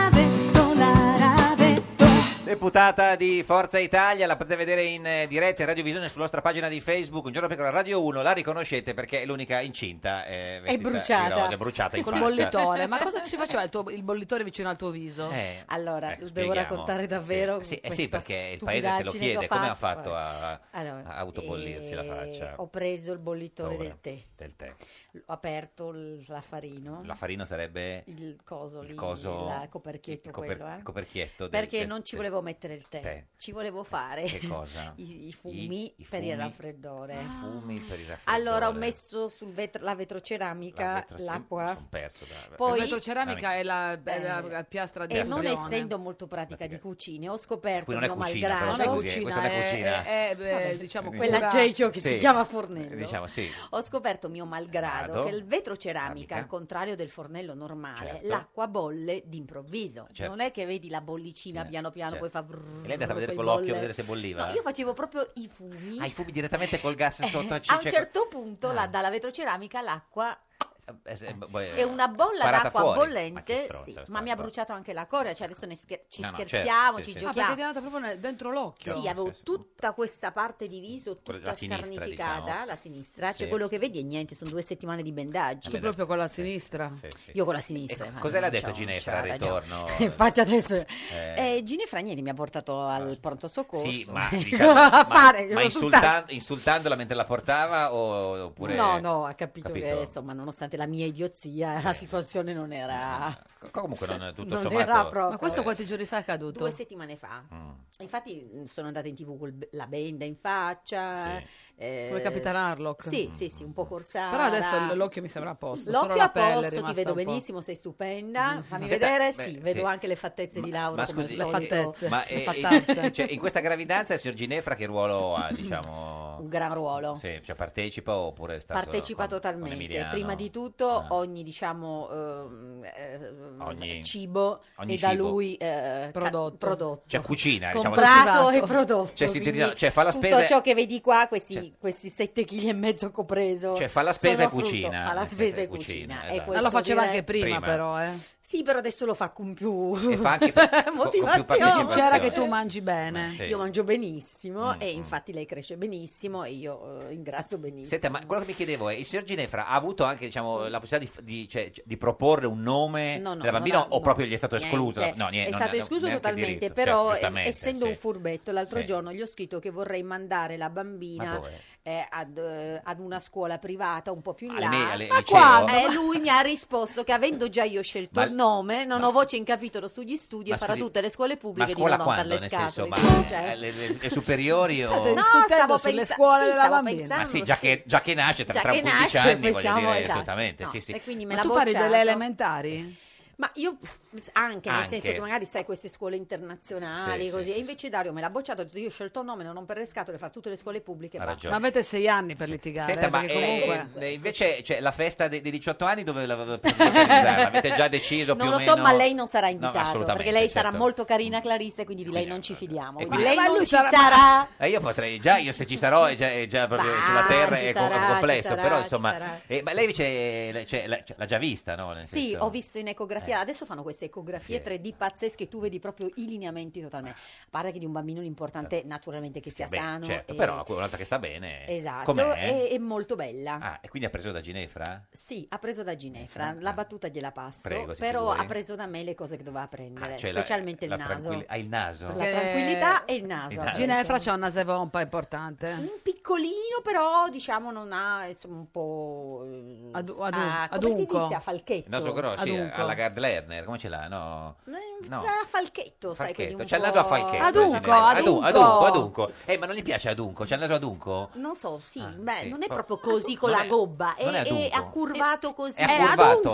Deputata di Forza Italia, la potete vedere in diretta in radiovisione sulla nostra pagina di Facebook, Un giorno da Pecora Radio 1, la riconoscete perché è l'unica incinta, vestita di bruciata. rosa, è bruciata in Col faccia. bollitore, ma cosa ci faceva il bollitore vicino al tuo viso? Allora, devo spieghiamo. raccontare davvero Sì, questa sì, perché il paese se lo stupidaggine chiede, che ho come ha fatto Allora, a autobollirsi la faccia? Ho preso il bollitore Dove? del tè, Del tè. ho aperto l'affarino, L'affarino sarebbe il coso lì, coso- il coperchietto quello, coperchietto del- perché del- non ci volevo mettere il tè, ci volevo fare Che cosa? i fumi I per il fumi? raffreddore. I fumi per il raffreddore. Allora ho messo sul la vetroceramica l'acqua. Sono perso da... Poi- il vetroceramica è la piastra di E non fusione. essendo molto pratica di cucine, ho scoperto Qui non è mio cucina, malgrado. però, Non è scusi, cucina, questa non è cucina. è, diciamo quella cura- Geicio che Sì. si chiama fornello. Diciamo, sì. Ho scoperto mio malgrado Grado. che il vetroceramica, Ceramica. al contrario del fornello normale, Certo. l'acqua bolle d'improvviso. Certo. Non è che vedi la bollicina piano piano, certo. poi fa E lei è andata a vedere poi con l'occhio bolle. a vedere se bolliva? No, io facevo proprio i fumi. Ah, i fumi direttamente col gas sotto A un cioè- certo punto Ah. dalla vetroceramica l'acqua poi, e una bolla sparata d'acqua fuori. bollente, Ma che stronza sì, questa ma mi ha qua. bruciato anche la corea, cioè adesso ci No, no, scherziamo, certo, ci sì, sì. Ah, giochiamo. perché ti è andata proprio dentro l'occhio. Sì, avevo tutta questa parte di viso Quella tutta la sinistra, scarnificata, diciamo. la sinistra, Sì. cioè quello che vedi è niente, sono 2 settimane di bendaggio. Tu proprio con la sinistra. Io con la sinistra. E ma cosa le ha non detto c'ho- Ginefra c'ho al ragione. ritorno? Infatti adesso Eh. Ginefra niente mi ha portato al pronto soccorso. Sì, ma, diciamo, a fare ma ero tutta- insultandola mentre la portava oppure... No, ha capito che insomma, nonostante la mia idiozia, la situazione non era Comunque non, tutto non sommato... era proprio. Ma questo quanti giorni fa è accaduto? 2 settimane fa. Infatti sono andata in TV con la benda in faccia. Come Capitan Harlock. Sì, un po' corsara. Però adesso l'occhio mi sembra a posto. solo L'occhio la a pelle è posto, ti rimasta vedo un po'. benissimo, sei stupenda. Fammi Senta, vedere, beh, sì, sì. vedo anche le fattezze di Laura. Ma come scusi, al solito. ma le fattazze. cioè, in questa gravidanza il signor Ginefra che ruolo ha, diciamo? Un gran ruolo. Sì, cioè partecipa oppure è stato Partecipa con totalmente. Emiliano? Prima di tutto ogni diciamo Ogni- cibo ogni è da cibo. lui prodotto. Cioè cucina, diciamo. Comprato e prodotto. Cioè, quindi sintetizzato, cioè fa la tutto spesa... ciò che vedi qua, questi 7,5 kg che ho preso. Cioè fa la spesa sono e cucina. frutto- Fa la nel spesa senso e che cucina. esatto. Ma lo faceva anche prima, però, eh. Sì, però adesso lo fa con più E fa anche con più motivazione. partecipazione. Sincera che tu mangi bene. Sì. Io mangio benissimo e infatti lei cresce benissimo e io ingrasso benissimo. Senta, ma quello che mi chiedevo è, il signor Ginefra ha avuto anche diciamo, la possibilità di proporre un nome No, della bambina o proprio gli è stato niente. escluso? No, niente, È non- stato no, escluso neanche totalmente, diritto. però Certo, giustamente, essendo sì. un furbetto, l'altro Sì. giorno gli ho scritto che vorrei mandare la Ma bambina dove? ad una scuola privata un po' più in Alle là. me- alle- Ma liceo? quando? E lui mi ha risposto che avendo già io scelto Ma- il nome, non ho voce in capitolo sugli studi Ma e farà scusi, tutte le scuole Ma pubbliche di scuola non rompere quando? le Nel senso, scatole. ma Cioè, le superiori o... State No, discutendo stavo sulle pensa- scuole sì, della stavo bambina. pensando, Ma sì, già che nasce, Già tra che 15 nasce, anni, voglio pensiamo, dire, esatto. assolutamente. No, Sì, sì. e quindi me Ma l'ha tu parli bocciato. delle elementari? Ma io anche, nel senso che magari sai queste scuole internazionali Sì, così, sì, e invece Dario me l'ha bocciato, ho detto io ho scelto il nome, non rompere le scatole, fare tutte le scuole pubbliche e Ha basta. Ma avete 6 anni per litigare, Senta, ma perché comunque... invece cioè, la festa dei 18 anni dove la organizzare? Avete già deciso più Non o lo so, meno? ma lei non sarà No, invitato, assolutamente, perché lei certo. sarà molto carina Clarissa, e quindi di lei non ci fidiamo. e Quindi quindi- lei Ma non lui ci sarà- sarà. Io potrei già, io se ci sarò è già proprio sulla terra ci è sarà, complesso, ci sarà, però ci insomma, sarà. ma lei invece l'ha già vista, no? Nel Sì, senso- ho visto in ecografia, adesso fanno queste ecografie 3D pazzesche, tu vedi proprio i lineamenti totalmente. A parte che di un bambino l'importante naturalmente che sia Beh, sano. certo, e- però una volta che sta bene, Esatto, com'è? è molto bella. Ah, e quindi ha preso da Ginefra? Sì, ha preso da Ginefra, la battuta gliela passo, Prego, si però figuri. ha preso da me le cose che doveva prendere, Cioè specialmente la il naso. il naso? Per la tranquillità e il naso. Ginefra c'ha un nasevò un po' importante. Un piccolino, però diciamo non ha, insomma, un po' come si dice, a falchetto. Il naso grosso, sì, Adunco. alla Gerd Lerner, come ce l'ha? No. No. A falchetto, sai, quindi un C'è il po'... naso a falchetto. Adunco, Adunco. Ma non gli piace adunco? C'è il naso adunco? Non so, sì, sì. non è proprio così con la gobba, non è è adunco. accurvato così. È accurvato.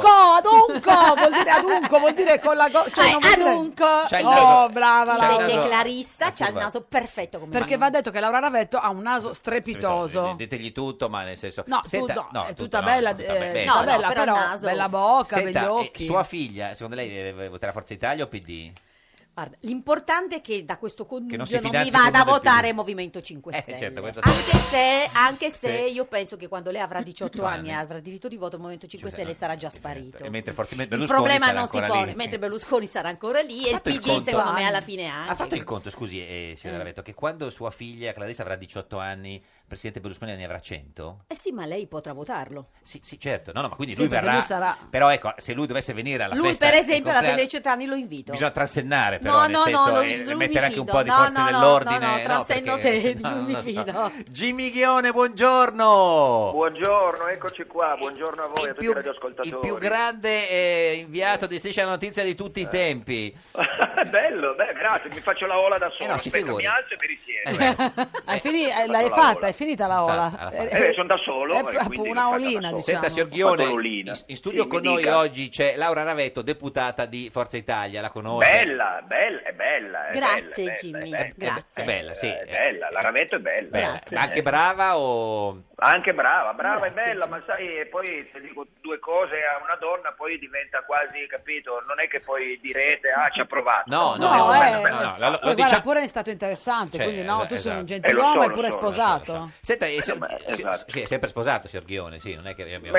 Adunco, vuol dire con la cioè non vuol dire- adunco. C'ha il naso- Oh, brava c'ha il Laura. naso- Clarissa c'ha il accurvato. naso perfetto come Perché va detto che Laura Ravetto ha un naso strepitoso. Ditegli tutto, ma nel senso... No, Senta, è tutto tutta no, bella, tutta bella. tutta bella, però il però naso- bella bocca, Senta, begli occhi. sua figlia, secondo lei voterà Forza Italia o PD? Guarda, l'importante è che da questo non connubio si non, fidanzi mi con vada a uno del votare PD. Movimento 5 Stelle. Certo, questo Anche se Sì. io penso che quando lei avrà 18 18 anni e anni. avrà diritto di voto, il Movimento 5 Stelle sarà già sparito. E mentre forse Il Berlusconi problema sarà non si ancora pone, lì. mentre Berlusconi sarà ancora lì e il fatto il PD conto? secondo me alla fine anche. Ha fatto il conto, scusi, signora Ravetto, che quando sua figlia Clarissa avrà 18 anni, il presidente Berlusconi ne avrà 100? Eh sì, ma lei potrà votarlo. Sì, certo. No, ma quindi Sì, lui perché verrà. lui sarà- Però ecco, se lui dovesse venire alla Lui, festa per del esempio, alla festa compleanno, dei 18 anni lo invito. bisogna trasennare, però, No, nel no, senso, no, e lui mi mettere anche un fido. po' di No, forze no, dell'ordine. no, transenno perché- te, di lui mi non lo so. fido. Jimmy Ghione, buongiorno. Buongiorno, eccoci qua, buongiorno a voi, a tutti i radioascoltatori. Il più grande inviato di Striscia la Notizia di tutti i tempi. Bello, grazie, mi faccio la ola da solo. no, si Aspetta, figuri. mi alzo e mi risiedo. L'hai fatta, è finita la ola. Sono da solo. È e proprio quindi una l'ho fatta olina, da solo. diciamo. Senta, signor Ghione, Paolina. in studio Sì, con mi noi dica. oggi c'è Laura Ravetto, deputata di Forza Italia, la conosce? Bella, è bella. Grazie, bella, Jimmy, è bella, grazie. È bella, sì. È bella, la Ravetto è bella. Bella. Ma anche brava o... Anche brava e bella, ma sai, poi se dico due cose a una donna poi diventa quasi, capito, non è che poi direte, ci ha provato. No, Poi lo guarda, pure è stato interessante, Cioè, quindi no, tu sei un esatto. gentiluomo lo e so, pure lo so, sposato. Senta, esatto. sì, è sempre sposato, signor Ghione, sì, non è che abbiamo...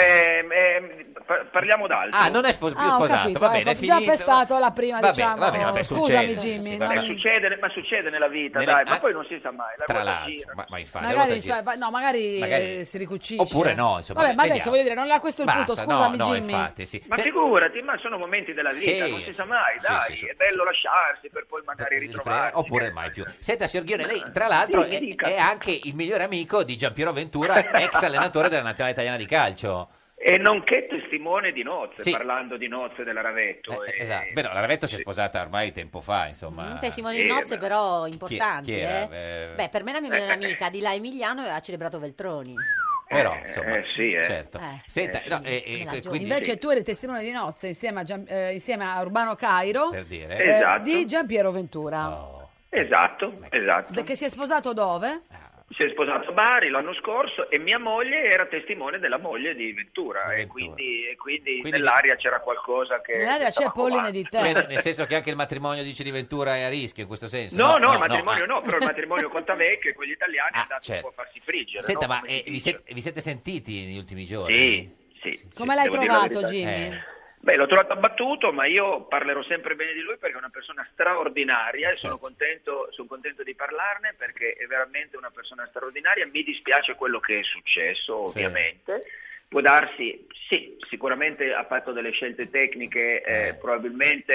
Parliamo d'altro. Ah, non è più Ho sposato, capito, va bene, è ecco, già finito. pestato la prima, Vabbè, diciamo. vabbè, Scusami, succede, Jimmy. sì, non- vabbè. Ma succede nella vita, Nelle- dai, ma poi non si sa mai. La Tra cosa l'altro, gira. ma infatti, Magari, la volta gira. magari si ricucisce. Oppure no, insomma, Vabbè, ma vediamo. adesso voglio dire, non era questo il punto, Basta, scusami, no, Jimmy. infatti, sì. Ma figurati, ma sono momenti della vita, Sì, non si sa mai, sì, dai, sì. è bello lasciarsi per poi magari ritrovarsi. Oppure mai più. Senta, signor Ghione, lei tra l'altro Sì, mi dica. è anche il migliore amico di Giampiero Ventura, ex allenatore della nazionale italiana di calcio. E nonché testimone di nozze, Sì. parlando di nozze della Ravetto. Esatto. Beh, no, la Ravetto si è sposata ormai tempo fa, insomma. Testimoni di nozze però importanti, chi era? Beh, per me la mia migliore amica di là Emiliano ha celebrato Veltroni. Però, insomma, sì, certo. Senta, no, quindi Invece tu eri testimone di nozze insieme a Urbano Cairo, per dire, Esatto. di Giampiero Ventura. Esatto. Che si è sposato dove? Si è sposato a Bari l'anno scorso e mia moglie era testimone della moglie di Ventura, e quindi nell'aria c'era qualcosa che... Nell'aria c'è polline di te. Cioè, nel senso che anche il matrimonio di Ventura è a rischio in questo senso? No, il matrimonio no, però il matrimonio con Tavecchio e con gli italiani è andato certo. un po' a farsi friggere. Senta, no? ma Come si vi dice. siete sentiti negli ultimi giorni? Sì. Come l'hai devo dire la trovato, verità. Jimmy? Beh, l'ho trovato abbattuto, ma io parlerò sempre bene di lui perché è una persona straordinaria e sono contento di parlarne perché è veramente una persona straordinaria. Mi dispiace quello che è successo, ovviamente. Può darsi, sì, sicuramente ha fatto delle scelte tecniche probabilmente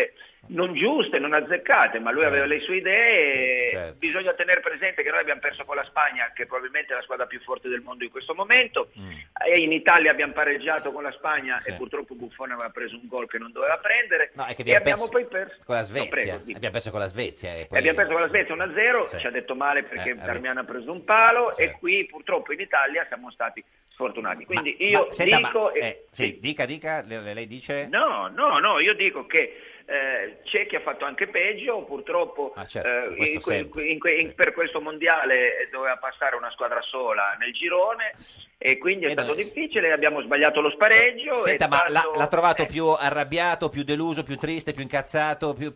non giuste, non azzeccate, ma lui aveva le sue idee. Certo. Bisogna tenere presente che noi abbiamo perso con la Spagna, che probabilmente è la squadra più forte del mondo in questo momento, e in Italia abbiamo pareggiato con la Spagna e purtroppo Buffon aveva preso un gol che non doveva prendere, No, è che e abbiamo poi perso con la No, Svezia. prego, dica. Abbiamo perso con la Svezia. E E poi... abbiamo perso con la Svezia 1-0, Sì. ci ha detto male perché vabbè. Darmian ha preso un palo, Certo. e qui purtroppo in Italia siamo stati sfortunati. Quindi Ma- io ma- senta, dico... sì, dica, lei dice... No, io dico che Cecchi ha fatto anche peggio, purtroppo certo, questo sempre. per questo mondiale doveva passare una squadra sola nel girone, e quindi è stato difficile, abbiamo sbagliato lo spareggio. Senta, e ma tanto- l'ha trovato più arrabbiato, più deluso, più triste, più incazzato, più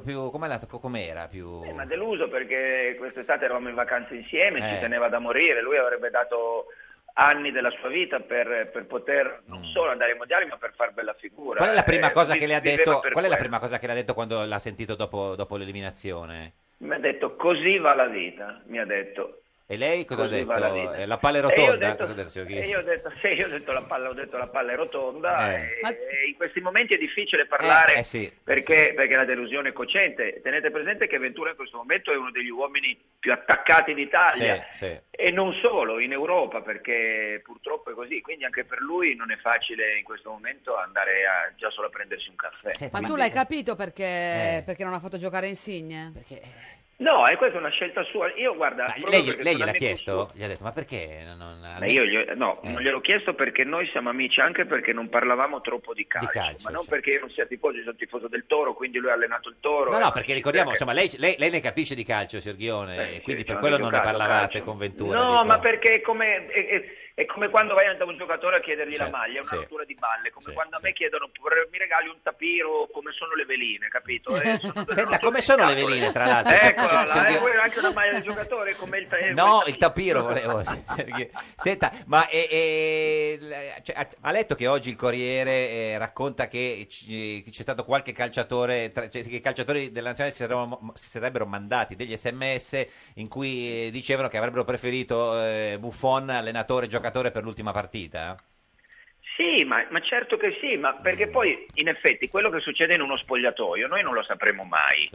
com'era? Ma deluso perché quest'estate eravamo in vacanze insieme, ci Eh. teneva da morire, lui avrebbe dato anni della sua vita per poter non solo andare ai mondiali ma per far bella figura. Qual è la prima cosa che le ha viveva detto? per Qual è la quello. prima cosa che le ha detto quando l'ha sentito dopo l'eliminazione? Mi ha detto così va la vita, mi ha detto. E lei cosa ha Così detto? va la vita. La palla è E io ho rotonda? detto- Cosa ha detto, signor Ghini? E io ho detto, sì, io ho detto la palla è rotonda, Eh. e in questi momenti è difficile parlare sì. perché la delusione è cocente. Tenete presente che Ventura in questo momento è uno degli uomini più attaccati d'Italia, Sì. e non solo, in Europa, perché purtroppo è così, quindi anche per lui non è facile in questo momento andare già solo a prendersi un caffè. Ma tu l'hai capito perché non ha fatto giocare Insigne? No, e questa è una scelta sua. Io guarda, proprio Lei perché gliel'ha sono amico chiesto? Gli ha detto, ma perché non... Ma io non gliel'ho chiesto perché noi siamo amici, anche perché non parlavamo troppo di calcio, ma non perché io non sia tifoso, io sono tifoso del Toro, quindi lui ha allenato il Toro. No, e no, non perché si ricordiamo, perché- insomma, lei ne capisce di calcio, signor Ghione, quindi ci per ho quello anche non ne giocato a parlavate calcio. con Ventura. No, dico. ma perché è come quando vai da un giocatore a chiedergli la Certo, maglia, è una sì. rottura di balle, come Sì, quando a me chiedono mi regali un tapiro, come sono le veline, capito? Senta, come sono le veline, tra l'altro? Eccola, Signor Ghione- poi anche una maglia del giocatore, come No, il tapiro volevo. Senta, ma ha letto che oggi il Corriere racconta che c'è stato qualche calciatore, che i calciatori della nazionale si sarebbero mandati degli SMS in cui dicevano che avrebbero preferito Buffon allenatore giocatore per l'ultima partita? Sì, ma certo che sì, ma perché poi in effetti quello che succede in uno spogliatoio noi non lo sapremo mai.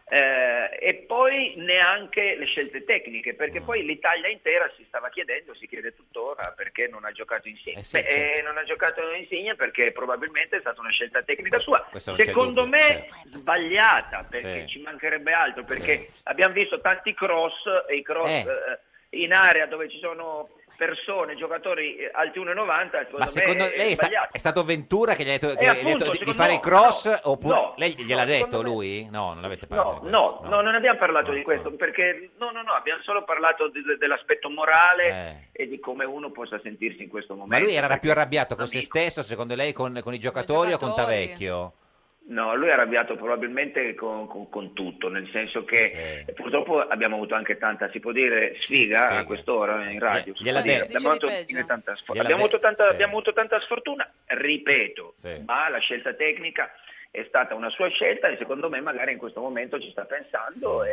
E poi neanche le scelte tecniche, perché poi l'Italia intera si stava chiedendo, si chiede tuttora perché non ha giocato Insigne. Non ha giocato Insigne perché probabilmente è stata una scelta tecnica sua, Questo non c'è secondo dubbio, me sbagliata, perché Sì. ci mancherebbe altro, perché abbiamo visto tanti cross, e i cross Eh. in area dove ci sono persone, giocatori alti 1,90, Ma secondo me lei è sbagliato. è stato Ventura che gli ha detto, appunto, di secondo- fare no, i cross no, oppure no, lei gliel'ha no, detto secondo me- lui? No, non l'avete parlato. No, non abbiamo parlato di questo, perché no, abbiamo solo parlato dell'aspetto morale e di come uno possa sentirsi in questo momento. Ma lui era perché- più arrabbiato con se stesso, secondo lei, con i giocatori o con Tavecchio? No, lui è arrabbiato probabilmente con tutto, nel senso che purtroppo abbiamo avuto anche tanta, si può dire, sfiga a quest'ora in radio. si Gliel'ha può dire. detto. Abbiamo avuto Dice di peggio. tanta Gliel'ha abbiamo avuto detto, tanta- sì. abbiamo avuto tanta sfortuna, ripeto, Sì. ma la scelta tecnica è stata una sua scelta e secondo me magari in questo momento ci sta pensando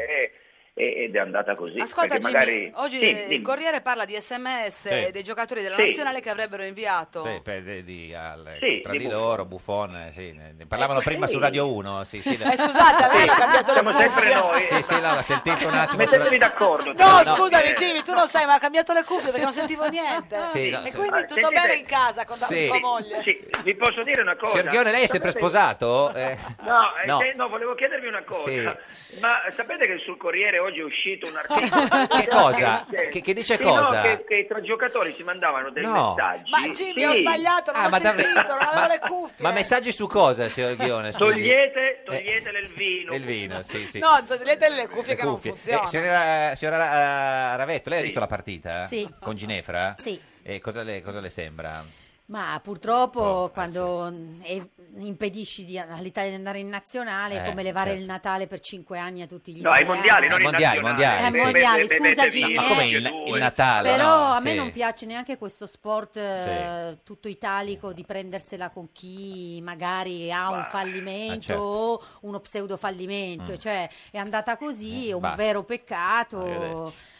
ed è andata così. Ascolta perché Jimmy, magari... oggi Sì, il dimmi. Corriere parla di SMS Sì. dei giocatori della Sì. nazionale che avrebbero inviato. Sì, Sì, tra di di Buffon. loro, Buffon, sì, ne parlavano prima sì. su Radio 1. Sì, sì, Scusate, a me hanno cambiato le Siamo sempre cuffie. noi. Sì, sì, no, l'ho sentito un attimo. Mettetevi d'accordo. No, No, scusami Jimmy, tu non sai, ma ha cambiato le cuffie perché non sentivo niente. Sì, no, e sì. quindi tutto Sentite- bene in casa con Sì. tua moglie. Sì, vi posso dire una cosa? Signor Ghione, lei è sempre Sapete- sposato? No, No. no, volevo chiedervi una cosa. Sì. Ma sapete che sul Corriere oggi è uscito un articolo? Che cosa? Che dice Sì, cosa? no, che tra giocatori si mandavano dei No. messaggi. Ma Jimmy, Sì. ho sbagliato, non Ah, ho ma sentito, davvero? non avevo le cuffie. Ma messaggi su cosa, signor Ghione? Scusi? Toglietele il vino. Il vino, sì, sì. No, togliete le cuffie che non Cuffie. funzionano. Signora Ravetto, lei ha visto la partita? Sì. Con Ginefra? Sì. E cosa le sembra? Ma purtroppo quando impedisci all'Italia di andare in nazionale è come levare certo. il Natale per 5 anni a tutti gli No, ai italiani. mondiali, non in Mondiali, nazionale. mondiali, sì. Mondiali, Bevete scusa, vino, Gini, Ma come il Natale? Però no? a me Sì. non piace neanche questo sport Sì. tutto italico di prendersela con chi magari ha un fallimento certo. o uno pseudo fallimento, cioè è andata così, è un basta. vero Arrivederci. peccato.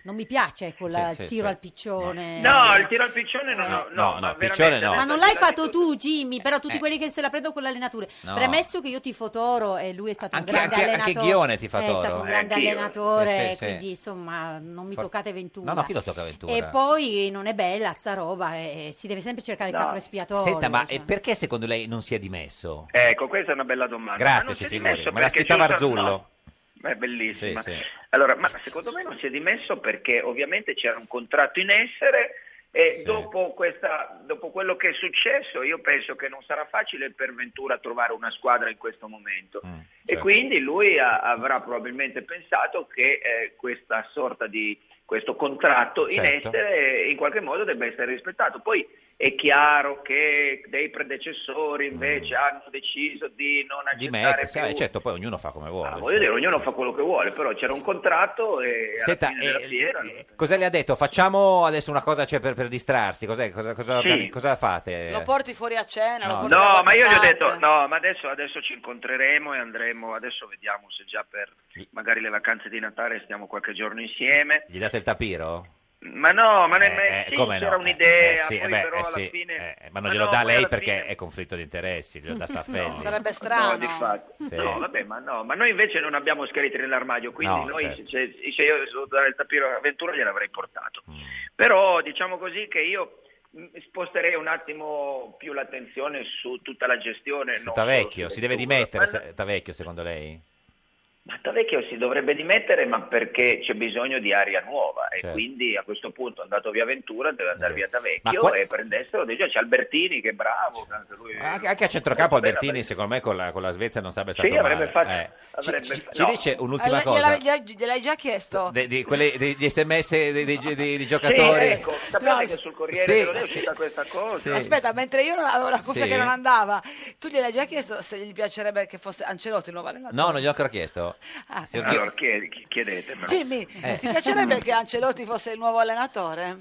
Non mi piace quel Sì, tiro sì. al piccione. No, il tiro al piccione no, veramente, piccione no. Ma non l'hai fatto tu, Jimmy, però tutti quelli che se la prendono con l'allenatore. No. Premesso che io tifo Toro e lui è stato Anche- un grande anche- allenatore. anche Ghione tifa È Toro. stato un grande Anch'io. allenatore, Sì, sì, quindi sì. insomma non mi Forza- toccate Ventura. No, chi lo tocca Ventura? E poi non è bella sta roba, si deve sempre cercare il No. capro espiatorio. Senta, ma cioè. perché secondo lei non si è dimesso? Ecco, questa è una bella domanda. Ma Grazie, non si si è figuri. dimesso Me l'ha perché scritta giusto- Marzullo. no. È bellissima. Sì, sì. Allora, ma secondo me non si è dimesso perché ovviamente c'era un contratto in essere e dopo quello che è successo io penso che non sarà facile per Ventura trovare una squadra in questo momento e certo. quindi lui avrà probabilmente pensato che questa sorta di questo contratto in Certo. essere in qualche modo debba essere rispettato. Poi è chiaro che dei predecessori invece hanno deciso di non Di accettare mettersi, più. certo, poi ognuno fa come vuole. Voglio dire, ognuno fa quello che vuole, però c'era un contratto e alla Senta, fine della fiera... cosa le ha detto? Facciamo adesso una cosa per distrarsi, cosa Sì. cosa fate? Lo porti fuori a cena? No. Lo porti da No, ma qualche io gli ho parte? detto, no, ma adesso ci incontreremo e andremo, adesso vediamo se già per magari le vacanze di Natale stiamo qualche giorno insieme. Gli date il tapiro? Ma no, ma sì, come c'era no? un'idea, Sì, poi beh, però alla sì, fine... ma non glielo no, dà poi lei alla perché fine- è conflitto di interessi, glielo dà Staffelli. Sarebbe strano. No, difatti. Sì. No, vabbè, ma noi invece non abbiamo scheletri nell'armadio, quindi No, noi certo. se io dovessi dare il tapiro all'avventura gliel'avrei portato. Però diciamo così che io sposterei un attimo più l'attenzione su tutta la gestione. non Tavecchio, solo su si deve Ventura. dimettere Tavecchio secondo lei? Ma Tavecchio si dovrebbe dimettere, ma perché c'è bisogno di aria nuova e Certo. quindi a questo punto è andato via Ventura, deve andare via Tavecchio Ma qua- e prendessero, c'è Albertini che è bravo. tanto lui- Anche a centrocampo Molto bene, Albertini secondo me con la Svezia non sarebbe stato Sì, avrebbe male. fatto- Ci- avrebbe ci, fa- ci no. dice un'ultima cosa Gliel'hai già chiesto? degli sms dei giocatori. Sì, ecco, sapete che sul Corriere Sì, dello Sud è sì. uscita questa cosa? Sì. Aspetta, mentre io non avevo la cuffia Sì. che non andava, tu gliel'hai già chiesto se gli piacerebbe che fosse Ancelotti il nuovo allenatore? No, non gli ho ancora chiesto. Ah, Signor Allora chiedete. però. Jimmy, Eh. ti piacerebbe che Ancelotti fosse il nuovo allenatore?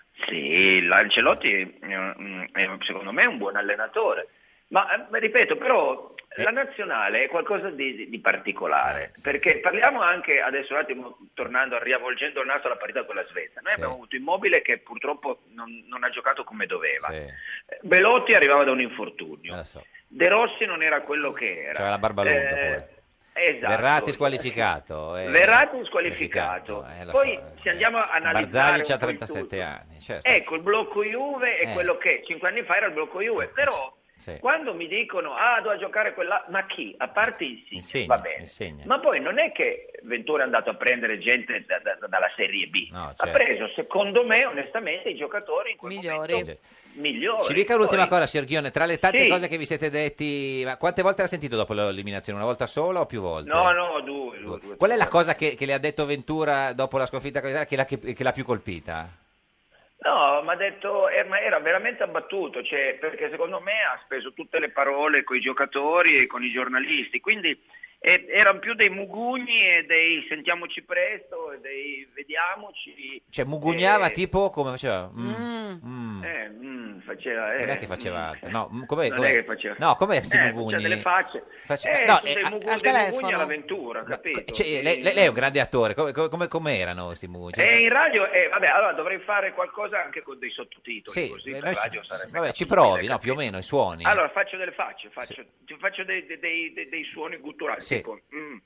Sì, l'Ancelotti secondo me è un buon allenatore, ma ripeto, però la nazionale è qualcosa di particolare, perché parliamo anche, adesso un attimo, riavvolgendo il naso alla partita con la Svezia, noi abbiamo avuto Immobile che purtroppo non ha giocato come doveva, Belotti arrivava da un infortunio, De Rossi non era quello che era. C'era la barba lunga pure. Esatto. Verratti squalificato. Verratti squalificato. lo Poi so. se andiamo a analizzare Barzagli un ha po' il 37 tutto. anni. Certo. Ecco, il blocco Juve è quello che 5 anni fa era il blocco Juve, però Sì. quando mi dicono doveva giocare quella, ma chi? A parte Insigne, Insegna, va bene. insegna. Ma poi non è che Ventura è andato a prendere gente dalla Serie B, No, ha certo. preso secondo me onestamente i giocatori in quel momento migliori. Ci dica l'ultima Poi- cosa, signor Ghione, tra le tante Sì. cose che vi siete detti, ma quante volte l'ha sentito dopo l'eliminazione? Una volta sola o più volte? No, due. Qual è la cosa che le ha detto Ventura dopo la sconfitta con l'Italia che l'ha più colpita? No, ma ha detto, ma era veramente abbattuto, cioè, perché secondo me ha speso tutte le parole con i giocatori e con i giornalisti, quindi erano più dei mugugni e dei sentiamoci presto e dei vediamoci. Cioè mugugnava tipo come faceva? Faceva, Non è che faceva altro. No, com'è, Non com'è? è che faceva. No, com'è si mugugni? Faceva delle facce. No, sono dei al mugugni telefono. all'avventura, capito? Cioè, lei è un grande attore, come erano questi mugugni? E in radio, vabbè, allora dovrei fare qualcosa anche con dei sottotitoli, Sì, così noi per radio sarebbe. vabbè, ci provi, no, più o meno i suoni. Allora faccio delle facce, faccio dei suoni gutturali, Sì. tipo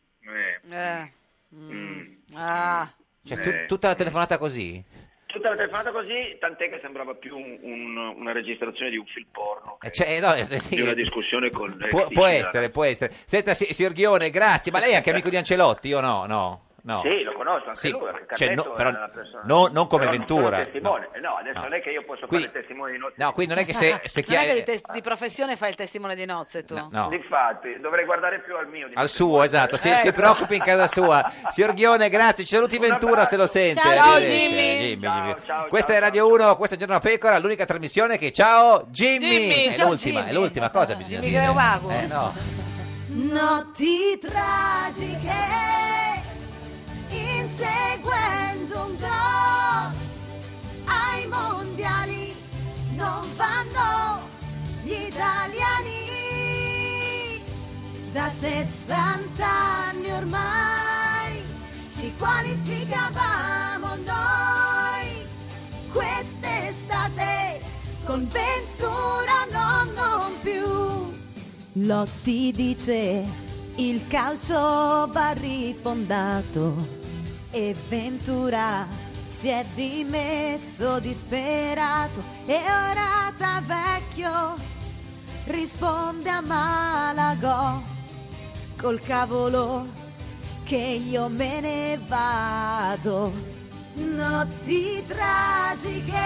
Cioè, tutta la telefonata così? tutta la telefonata così, tant'è che sembrava più una registrazione di un film porno che No, sì. di una discussione con Può essere. Senta, signor Ghione, grazie, ma lei è anche amico di Ancelotti o no? No. Sì, lo conosco anche Sì, lui, perché cioè, Carletto però era una persona... non come Però Ventura. Non sono testimone. No, adesso No. non è che io posso Quindi- fare testimone di nozze. No, quindi non è che se chi Non è che ha- di professione fai il testimone di nozze tu? No. Infatti, dovrei guardare più al mio. Al suo, esatto, si preoccupi in casa sua. Signor Ghione, grazie, ci saluti Ventura se lo sente. Ciao, Arrivederci. Jimmy. Jimmy. Questa è Radio 1, questo è Giorno da Pecora, l'unica trasmissione che ciao Jimmy. È ciao, l'ultima, Jimmy. è l'ultima cosa bisogna Jimmy dire. Grevago. No. Notti tragiche, inseguendo un gol, ai mondiali non vanno gli italiani, da 60 anni ormai ci qualificavamo noi quest'estate, con Ventura no, non più. Lotti dice il calcio va rifondato e Ventura si è dimesso disperato e ora da vecchio risponde a Malagò col cavolo che io me ne vado. Notti tragiche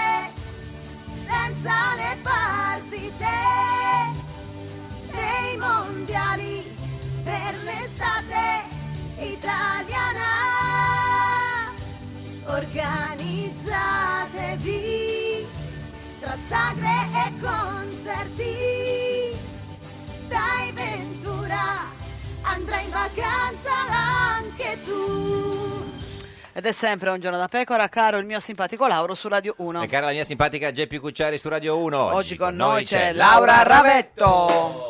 senza le partite dei mondiali per l'estate italiana. Organizzatevi tra sagre e concerti, dai Ventura, andrai in vacanza anche tu. Ed è sempre Un giorno da pecora, caro il mio simpatico Lauro su Radio 1. E cara la mia simpatica Geppi Cucciari su Radio 1. Oggi con noi c'è Laura Ravetto.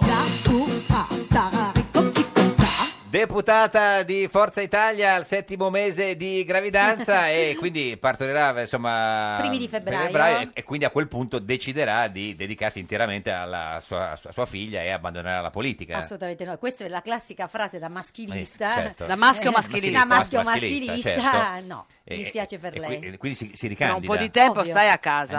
Deputata di Forza Italia al 7° mese di gravidanza e quindi partorirà insomma Primi di febbraio. e quindi a quel punto deciderà di dedicarsi interamente alla sua figlia e abbandonare la politica. Assolutamente no, questa è la classica frase da maschilista, certo. Da maschio maschilista. Da maschilista, certo. no, mi spiace per lei. Quindi si Per ricandida. un po' di tempo Ovvio. stai a casa.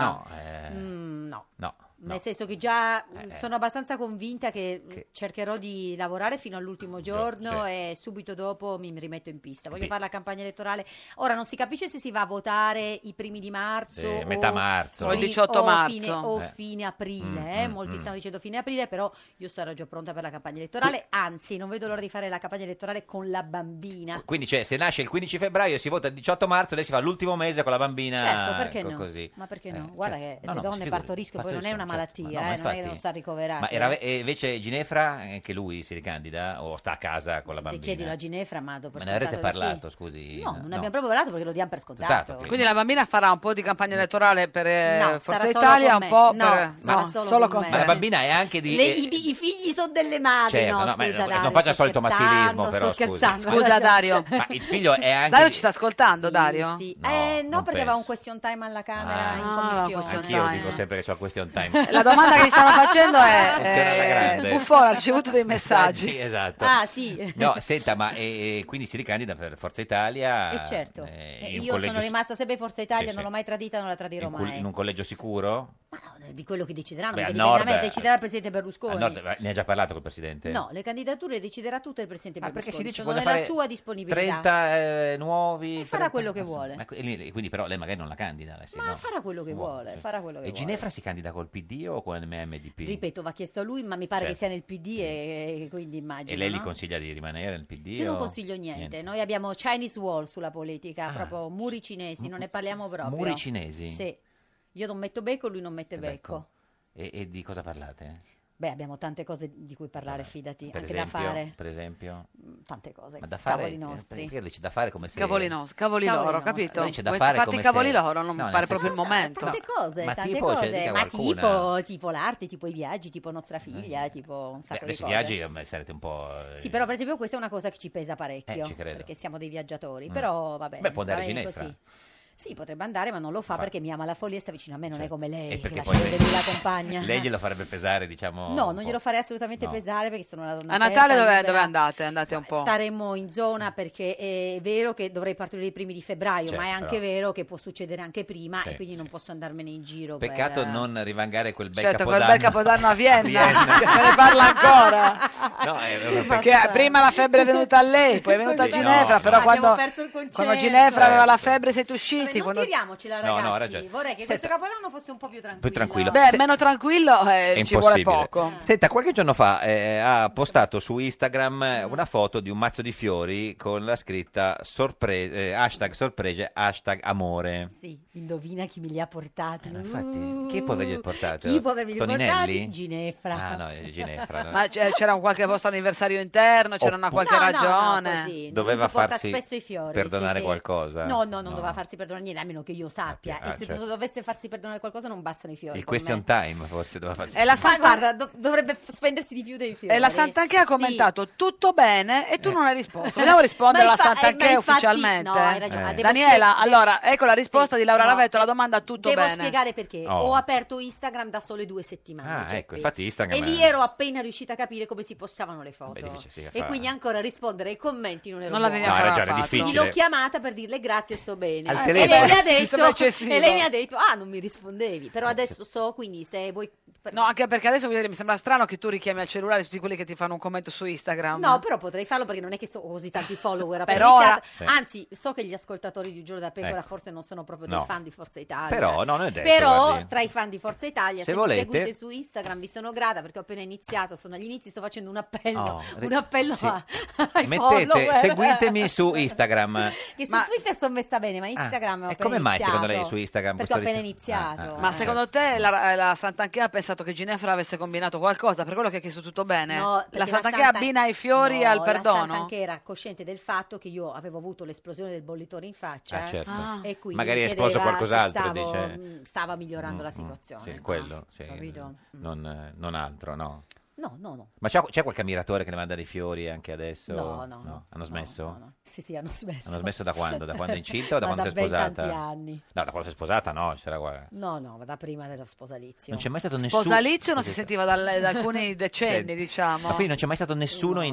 No. No. Nel senso che già sono abbastanza convinta che cercherò di lavorare fino all'ultimo giorno e subito dopo mi rimetto in pista. Voglio fare la campagna elettorale. Ora non si capisce se si va a votare i primi di marzo metà marzo. O il 18 marzo. Fine aprile. Molti stanno dicendo fine aprile, però io sarò già pronta per la campagna elettorale. Anzi, non vedo l'ora di fare la campagna elettorale con la bambina. Quindi se nasce il 15 febbraio e si vota il 18 marzo, lei si fa l'ultimo mese con la bambina. Certo, perché no? Così. Ma perché no? Guarda che No, le no, donne figurati, partoriscono, poi non è una malattia, ma no, ma non è infatti. che non sta ricoverato. Ma e invece Ginefra, che lui si ricandida o sta a casa con la bambina? Chiedilo a Ginefra, ma dopo Ma ne avrete scontato che parlato, sì. scusi? No, non abbiamo proprio parlato perché lo diamo per scontato. Quindi la bambina farà un po' di campagna elettorale per No, Forza sarà solo Italia, con un me. po' No, per... sarà solo con me. Ma la bambina è anche di... I figli sono delle madri, Certo, no, no, ma scusa non Dario, faccia il sto solito scherzando, maschilismo, però, sto scusi. scherzando. Scusa Dario. Ma il figlio è anche... Dario ci sta ascoltando, Dario? Sì. No, no, non perché aveva penso. un question time alla Camera in question commissione. Anch'io dico sempre che ho question time. La domanda che gli stanno facendo Funziona alla è grande. Buffone ha ricevuto dei messaggi. Sì, esatto. Ah, sì. No, senta, ma quindi si ricandida per Forza Italia? E certo. in un Io collegio sono rimasta sempre Forza Italia, Sì, non sì. l'ho mai tradita, non la tradirò mai. in un collegio sicuro? Di quello che decideranno, Beh, perché al nord, deciderà il Presidente Berlusconi. Al nord, ne ha già parlato col Presidente? No, le candidature deciderà tutto il Presidente Berlusconi. Perché si dice sono vuole nella fare sua disponibilità. 30 nuovi... Farà 30 quello che vuole. Ma quindi però lei magari non la candida. Ma farà quello che vuole, farà quello che E vuole. Ginefra si candida col PD o con MMDP? Ripeto, va chiesto a lui, ma mi pare Certo. che sia nel PD e quindi immagino. E lei no? gli consiglia di rimanere nel PD? Io non o- consiglio niente. Noi abbiamo Chinese Wall sulla politica, proprio muri cinesi, non ne parliamo proprio. Muri cinesi? Sì. Io non metto becco, lui non mette becco. E di cosa parlate? Beh, abbiamo tante cose di cui parlare, fidati, Per anche esempio, da fare. Per esempio? Tante cose. Ma da fare? Cavoli nostri. Perché lei c'è da fare come se... Cavoli loro, capito? Lei c'è da Vuoi fare farti come i cavoli se- loro, non No, mi nel pare senso- proprio il momento. Tante cose, Ma tante tipo, ce ne cose. dica Ma qualcuna. tipo l'arte, tipo i viaggi, tipo nostra figlia, tipo un sacco di Adesso i cose. viaggi sarete un po'... Sì, però per esempio questa è una cosa che ci pesa parecchio, ci credo. perché siamo dei viaggiatori, però va bene. Beh, può andare va a bene Ginevra. così. Sì, potrebbe andare, ma non lo fa perché mi ama la follia e sta vicino a me, non è come lei, E che perché lascia poi che lui la compagna. lei glielo farebbe pesare, diciamo... No, un non po'. glielo farei assolutamente No. pesare perché sono una donna A Natale aperta, dove libera. andate? Andate un po'. Staremo in zona perché è vero che dovrei partire i primi di febbraio, Certo, ma è anche però. vero che può succedere anche prima Sì, e quindi non posso andarmene in giro. Peccato per... non rivangare quel bel Certo, quel capodanno. bel capodanno a Vienna, che se ne parla ancora. No, Perché prima la febbre è venuta a lei, poi è venuta Sì, a Ginevra, no, però no. quando, Abbiamo perso il concetto. quando Ginevra aveva la febbre siete usciti. Non quando- tiriamocela No, no, ragazzi, ha ragione. vorrei che Senta- questo capodanno fosse un po' più tranquillo. Più tranquillo. Beh, meno tranquillo È ci vuole impossibile. poco. Senta, qualche giorno fa ha postato su Instagram una foto di un mazzo di fiori con la scritta hashtag sorprese, hashtag amore. Sì, indovina chi me li ha portati. Infatti, chi può averli portati? Chi può averli Toninelli? portati? Ginefra. Ah, no, è Ginefra. no? Ma c'era un qualche vostro anniversario interno, c'era una qualche No, ragione. così. Doveva Lui porta farsi spesso i fiori, perdonare sì. qualcosa? No, non doveva farsi perdonare perdonare niente, a meno che io sappia. E se certo. dovesse farsi perdonare qualcosa non bastano i fiori. Il con question me. time forse doveva farsi. E la Ma guarda, dovrebbe spendersi di più dei fiori. E la Santanchè ha commentato tutto bene e tu non hai risposto. Vogliamo rispondere alla Santanchè ufficialmente? No, hai ragione. Daniela, allora, ecco la risposta di Laura Ravetto alla domanda tutto devo bene. spiegare perché. Ho aperto Instagram da sole 2 settimane. Ecco, infatti Instagram. E lì ero appena riuscita a capire come si postavano le foto. Difficile, sì, e quindi ancora rispondere ai commenti non ero Non l'avevi buona. ancora ragione, è fatto. difficile. Quindi l'ho chiamata per dirle grazie, sto bene. Al E telefono. lei mi ha detto, non mi rispondevi. Però adesso so, quindi se vuoi... No, anche perché adesso voglio dire, mi sembra strano che tu richiami al cellulare tutti quelli che ti fanno un commento su Instagram. No, però potrei farlo perché non è che ho così tanti follower. Per ora. Sì. Anzi, so che gli ascoltatori di Un Giorno da Pecora Ecco. forse non sono proprio No. dei fan di Forza Italia. Però, no, non è detto, Però guardi. tra i fan di Forza Italia, Se se volete. mi seguite su Instagram, vi sono grata perché ho appena iniziato, sono agli inizi, sto facendo un appello, Oh, un appello sì. ai Mettete, follower. seguitemi su Instagram. Che su Twitter sono messa bene, ma Instagram ho E appena come mai iniziato. secondo lei su Instagram? Perché ho questo appena iniziato. Ma secondo te la Santanchè ha pensato che Ginevra avesse combinato qualcosa? Per quello che ha chiesto tutto bene? No, perché la Santanchè abbina i fiori al La perdono? Santanchè era cosciente del fatto che io avevo avuto l'esplosione del bollitore in faccia Certo. e quindi Magari mi è esploso chiedeva qualcos'altro, se dice. stava migliorando la situazione. Sì, quello, sì. Capito? Non altro, no. No. Ma c'è qualche ammiratore che le manda dei fiori anche adesso? No. Hanno smesso? No. Sì, hanno smesso. Hanno smesso da quando? Da quando è incinta o da Ma quando si è da ben sposata? tanti anni. No, da quando si è sposata no, c'era qua. No, ma da prima dello sposalizio. Non c'è mai stato nessuno. Sposalizio non si sentiva da alcuni decenni, diciamo. Ma quindi non c'è mai stato nessuno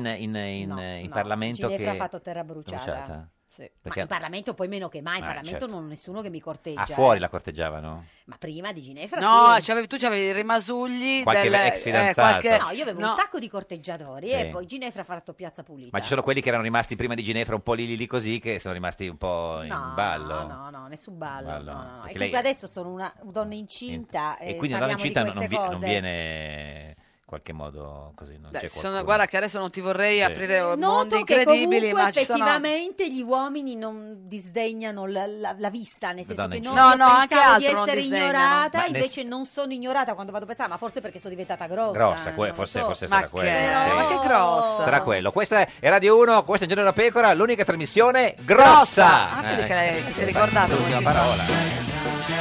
in Parlamento Ginevra che ha fatto terra bruciata. Sì. Perché- Ma in Parlamento poi meno che mai, in Parlamento certo. non ho nessuno che mi corteggia. fuori la corteggiavano? Ma prima di Ginevra No, sì. tu c'avevi i rimasugli Qualche ex fidanzato. No, io avevo un sacco di corteggiatori Sì. e poi Ginevra ha fatto piazza pulita. Ma ci sono quelli che erano rimasti prima di Ginevra un po' lì così che sono rimasti un po' in ballo? No, nessun ballo. Ballo. No. Perché E lei- comunque adesso sono una donna incinta E quindi una donna parliamo di incinta queste non cose. viene in qualche modo così, non c'è qualcuno. Guarda che adesso non ti vorrei aprire mondi Noto che incredibili, comunque ma ci sono... effettivamente gli uomini non disdegnano la vista, nel senso donne che incinta. io No, anche pensavo di altro non essere disdegnano. ignorata, Ma invece non sono ignorata quando vado a pensare, ma forse perché sono diventata grossa. Grossa, non lo forse so. sarà quello. sì. Ma che grossa. Sarà quello. Questa è Radio 1, questo è Un Giorno da Pecora, l'unica trasmissione grossa. Ah, vedi che si è ricordato come l'ultima si fa. parola.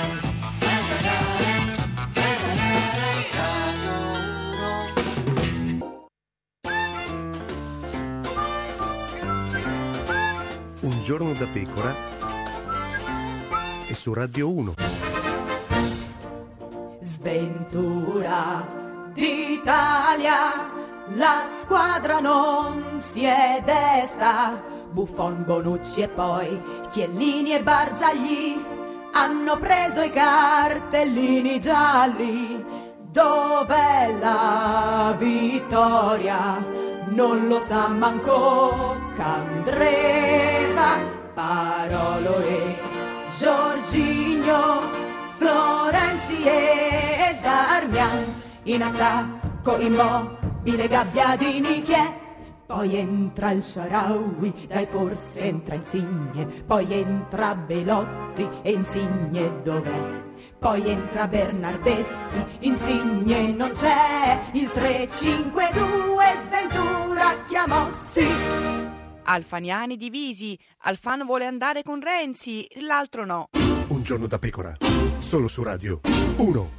Un giorno da pecora e su Radio 1. Sventura d'Italia, la squadra non si è desta. Buffon, Bonucci e poi Chiellini e Barzagli hanno preso i cartellini gialli. Dov'è la vittoria? Non lo sa manco Candreva. Parolo e Jorginho, Florenzi e Darmian. In attacco Immobile, Gabbiadini, chi è? Poi entra il Shaarawy, dai forse entra Insigne. Poi entra Belotti e Insigne dov'è? Poi entra Bernardeschi, Insigne non c'è. Il 3-5-2 Sventura chiamò sì. Alfaniani divisi, Alfano vuole andare con Renzi, l'altro no. Un giorno da pecora, solo su Radio 1.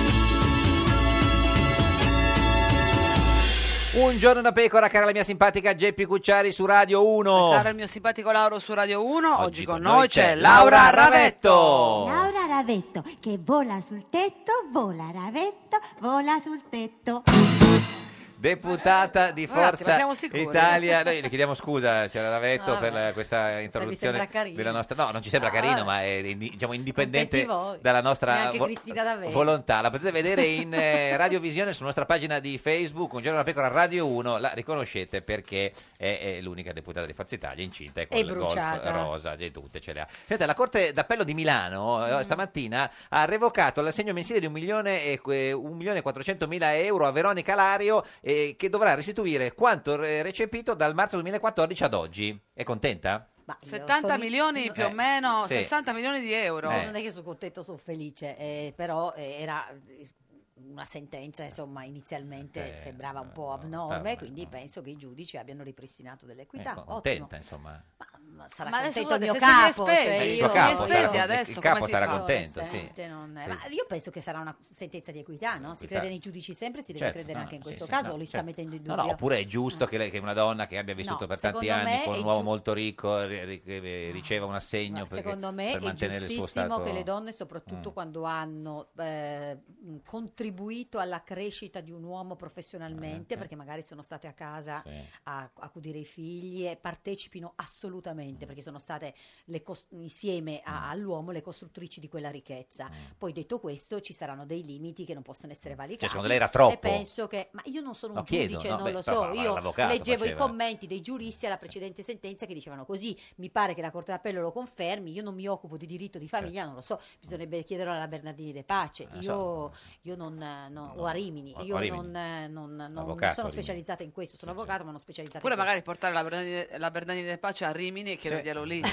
Un Giorno da Pecora, cara la mia simpatica Geppi Cucciari su Radio 1. Caro il mio simpatico Lauro su Radio 1, oggi con noi c'è Laura Ravetto. Laura Ravetto che vola sul tetto, vola Ravetto, vola sul tetto. Deputata di Ragazzi, ma Forza siamo sicuri? Italia. Noi le chiediamo scusa, signora Ravetto, No, per vabbè. questa introduzione sembra carino. della nostra. No, non ci sembra carino, ma è diciamo indipendente Competi voi. dalla nostra Neanche Cristina D'Avena. volontà. La potete vedere in radiovisione sulla nostra pagina di Facebook, Un Giorno da Pecora Radio 1. La riconoscete perché è l'unica deputata di Forza Italia incinta e con E il golf bruciata. rosa, già tutte ce le ha. Senta, la Corte d'Appello di Milano stamattina ha revocato l'assegno mensile di 1.400.000 euro a Veronica Lario, che dovrà restituire quanto recepito dal marzo 2014 ad oggi. È contenta? Ma io 70 sono- milioni più o meno, sì. 60 milioni di euro. Non è che sono contento, sono felice, però era una sentenza, insomma, inizialmente sembrava un po' abnorme, quindi penso che i giudici abbiano ripristinato dell'equità. Ottimo. Contenta, insomma. sarà Ma adesso contento il mio guarda, se capo. si è spesi, cioè il io- suo capo, spesi sarà- adesso, il capo come si sarà fa? contento, sì. Ma io penso che sarà una sentenza di equità, no? Si Equità. crede nei giudici sempre, si deve Certo, credere no, anche in sì, questo sì, caso, no, o li sta certo. mettendo in No, dubbio? no, oppure è giusto che una donna che abbia vissuto No, per tanti secondo anni me con è un uomo giu- molto ricco riceva un assegno Secondo me per è mantenere il suo giustissimo stato. che le donne, soprattutto quando hanno contribuito alla crescita di un uomo professionalmente, perché magari sono state a casa a accudire i figli, e partecipino assolutamente, perché sono state insieme all'uomo le costruttrici di quella ricchezza. Poi detto questo, ci saranno dei limiti che non possono essere valicati. Cioè, secondo lei era troppo? E penso che, ma io non sono un No, chiedo, giudice, no, non beh, lo però so. fa- Io l'avvocato leggevo i faceva. commenti dei giuristi alla precedente sentenza che dicevano così. Mi pare che la Corte d'Appello lo confermi. Io non mi occupo di diritto di famiglia, non lo so. Bisognerebbe chiederlo alla Bernardini De Pace. Io o a Rimini. Io a Rimini. non Avvocato, sono Rimini. specializzata in questo. Sono avvocato, ma non specializzata Oppure in magari portare la Bernardini del Pace a Rimini e chiederglielo lì.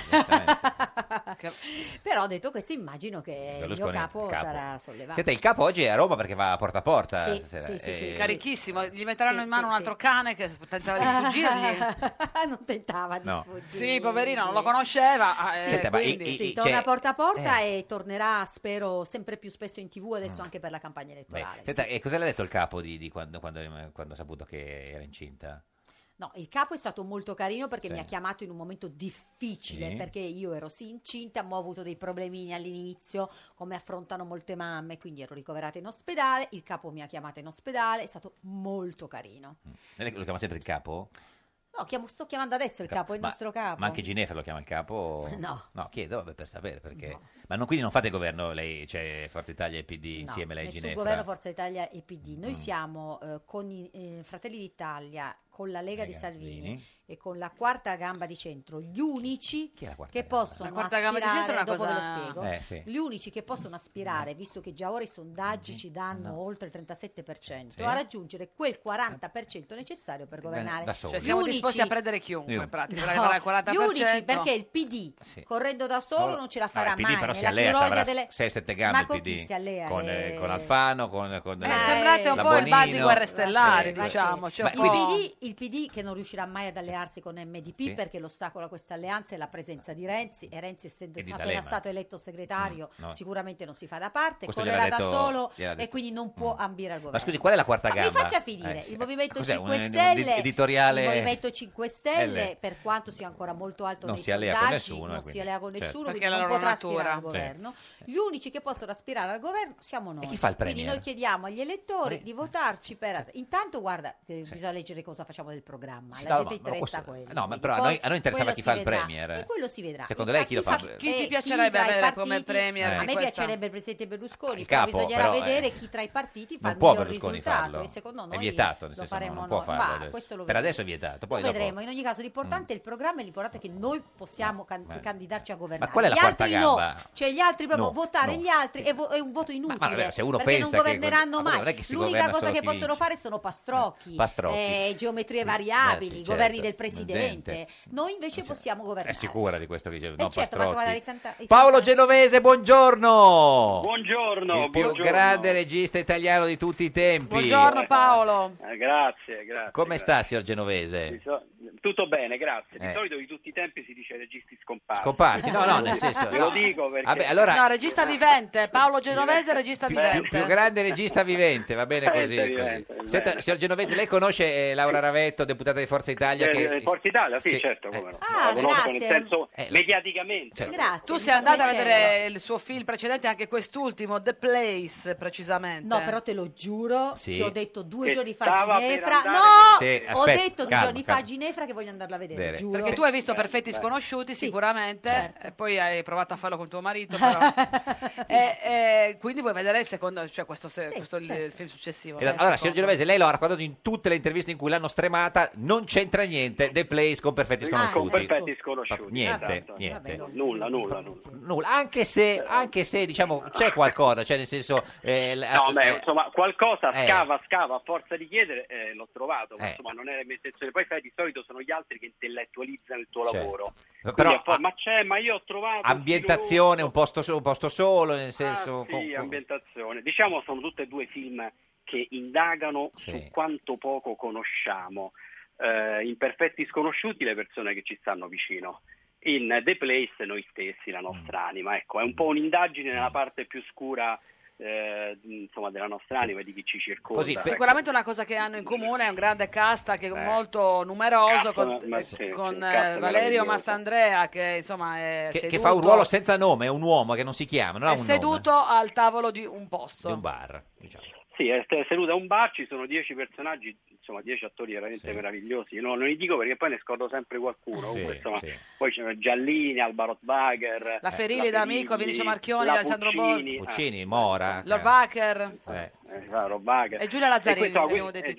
Però detto questo, immagino che il mio Berlusconi, capo il capo. sarà sollevato. Senta, il capo oggi è a Roma perché va porta a porta. Sì, stasera. sì, Carichissimo, gli metteranno Sì, in mano sì, un altro cane che tentava di sfuggirgli. Non tentava di No. sfuggire. Sì, poverino, non lo conosceva. Senta, ma quindi... Sì, cioè, torna porta a porta e tornerà, spero, sempre più spesso in TV adesso anche per la campagna Beh, elettorale. senta, sì. e cosa le ha detto il capo di quando ha saputo che era incinta? No, il capo è stato molto carino perché Sì. mi ha chiamato in un momento difficile, Sì. perché io ero incinta, ma ho avuto dei problemini all'inizio, come affrontano molte mamme, quindi ero ricoverata in ospedale, il capo mi ha chiamata in ospedale, è stato molto carino. Lei lo chiama sempre il capo? No, sto chiamando adesso il capo, è il nostro capo. Ma anche Ginevra lo chiama il capo? No. No, chiedo vabbè, per sapere perché. Ma quindi non fate governo lei, cioè Forza Italia e PD insieme lei e nessun Ginevra? governo Forza Italia e PD. Noi siamo con i Fratelli d'Italia, con la Lega di Salvini e con la quarta gamba di centro, gli unici che possono La quarta gamba di centro è una dopo ve lo cosa- spiego, sì. gli unici che possono aspirare, visto che già ora i sondaggi ci danno oltre il 37%, Sì. a raggiungere quel 40% necessario per governare. da soli. Cioè, siamo Gli unici- disposti a prendere chiunque, Io- in pratica, No, per arrivare al 40%. gli unici, perché il PD Sì. correndo da solo No, non ce la no, farà il PD mai. però si nella allea, più avrà rosea delle- 6-7 gambe Ma il con PD. chi si allea? Con Alfano, con sembrate un la po' il bar di Bonino. Guerre Stellari, Sì. diciamo. Cioè, Ma un po'- Il PD che non riuscirà mai ad allearsi con MDP Sì. perché l'ostacolo a questa alleanza è la presenza di Renzi, e Renzi, essendo E di appena D'Alema. stato eletto segretario, no. sicuramente non si fa da parte, Questo correrà gliel'ha da detto- solo gliel'ha detto. e quindi non può ambire al governo. Ma scusi, qual è la quarta Ma gamba? mi faccia finire, Sì. il Movimento Cos'è, 5 un Stelle, editoriale- il Movimento 5 Stelle, L. per quanto sia ancora molto alto Non nei si allea con sondaggi, nessuno, non quindi, si allea con certo. nessuno, Perché quindi è la non loro potrà aspirare al natura. governo. Gli unici che possono aspirare al governo siamo noi. chi fa il Quindi premier? noi chiediamo agli elettori di votarci per... Intanto, guarda, bisogna leggere cosa facciamo del programma. Sì, La no, gente ma interessa questo- quello. no, ma quindi però a poi noi interessava quello chi si fa il vedrà. premier. E quello si vedrà. Secondo lei chi lo fa? Chi ti chi piacerebbe tra i avere come partiti- premier A di me questa- piacerebbe il presidente Berlusconi, Il però capo, bisognerà però, vedere chi tra i partiti fa non il può miglior Berlusconi risultato. farlo. E secondo È noi vietato, nel lo senso, faremo non può noi. farlo Ma adesso. questo lo Per vedremo. adesso è vietato, poi Lo dopo- vedremo. In ogni caso l'importante è il programma e l'importante è che noi possiamo candidarci a governare. Ma qual è la Gli quarta altri gamba? no, cioè gli altri proprio No, votare no. gli altri è un voto inutile, vabbè, se uno perché pensa non che- governeranno ma mai. non è che si L'unica governa cosa solo che chi possono vince. fare sono pastrocchi, geometrie variabili, certo, governi del presidente. presidente. Noi invece possiamo È governare. sicura di questo che dice? No, certo, basta Pastrocchi. guardare i Paolo Genovese, buongiorno! Buongiorno, Il più buongiorno. grande regista italiano di tutti i tempi. Buongiorno Paolo. Grazie. Come sta, signor Genovese? Tutto bene, grazie. Di Eh. solito di tutti i tempi si dice registi scomparsi. Scomparsi? No, nel senso... Ve lo dico perché... Vabbè, allora... No, regista vivente, Paolo Genovese, regista vivente. Più grande regista vivente, va bene così. Vivente, così. Senta, signor Genovese, lei conosce Laura Ravetto, deputata di Forza Italia? Forza Italia, sì, certo, come no. Ah, La conosco grazie. nel senso mediaticamente. Certo. Grazie. Tu mi sei fa andata a piacere. vedere il suo film precedente, anche quest'ultimo, The Place, precisamente. No, però te lo giuro Sì. che ho detto 2 Che giorni fa a stava per Ginevra. andare- No! Sì, Ho aspetta, detto 2 calma, giorni fa a calma. Ginevra che voglio andarla a vedere, Vedere. giuro. Perché tu hai visto Perfetti Sconosciuti, sicuramente, certo. e poi hai provato a farlo con tuo marito, però. Quindi vuoi vedere il secondo, cioè questo il film successivo. Esatto. Allora, signor Genovese, lei lo ha raccontato in tutte le interviste in cui l'hanno stremata, non c'entra niente The Place con Perfetti Sconosciuti. Con perfetti sconosciuti. Niente, esatto. niente. Nulla. Nulla, anche se diciamo c'è qualcosa, cioè nel senso No, beh, insomma, qualcosa eh. scava a forza di chiedere, l'ho trovato, ma insomma non era mia intenzione. Poi sai, di solito sono gli altri che intellettualizzano il tuo Certo. lavoro. Però Quindi, ma io ho trovato... ambientazione, un posto solo, nel Ah, senso sì, ambientazione. Diciamo sono tutti e due film che indagano su quanto poco conosciamo. In Perfetti Sconosciuti le persone che ci stanno vicino. in The Place noi stessi, la nostra anima. Ecco, è un po' un'indagine nella parte più scura insomma, della nostra anima e di chi ci circonda. Così, Sicuramente una cosa che hanno in comune è un grande cast anche molto numeroso con Valerio Mastandrea che insomma è che fa un ruolo senza nome, è un uomo che non si chiama, non ha è un seduto nome. al tavolo di un posto. Di un bar, diciamo. Sì, è seduto a un bar, ci sono 10 personaggi, insomma 10 attori veramente meravigliosi. No, non li dico perché poi ne scordo sempre qualcuno. Comunque, insomma, poi c'è Giallini, Alba Rottweiger, la Ferilli d'Amico, Vinicio Marchioni, Alessandro Borghi, Puccini, Mora, Lorvacher Rovacher e Giulia Lazzarini, abbiamo detto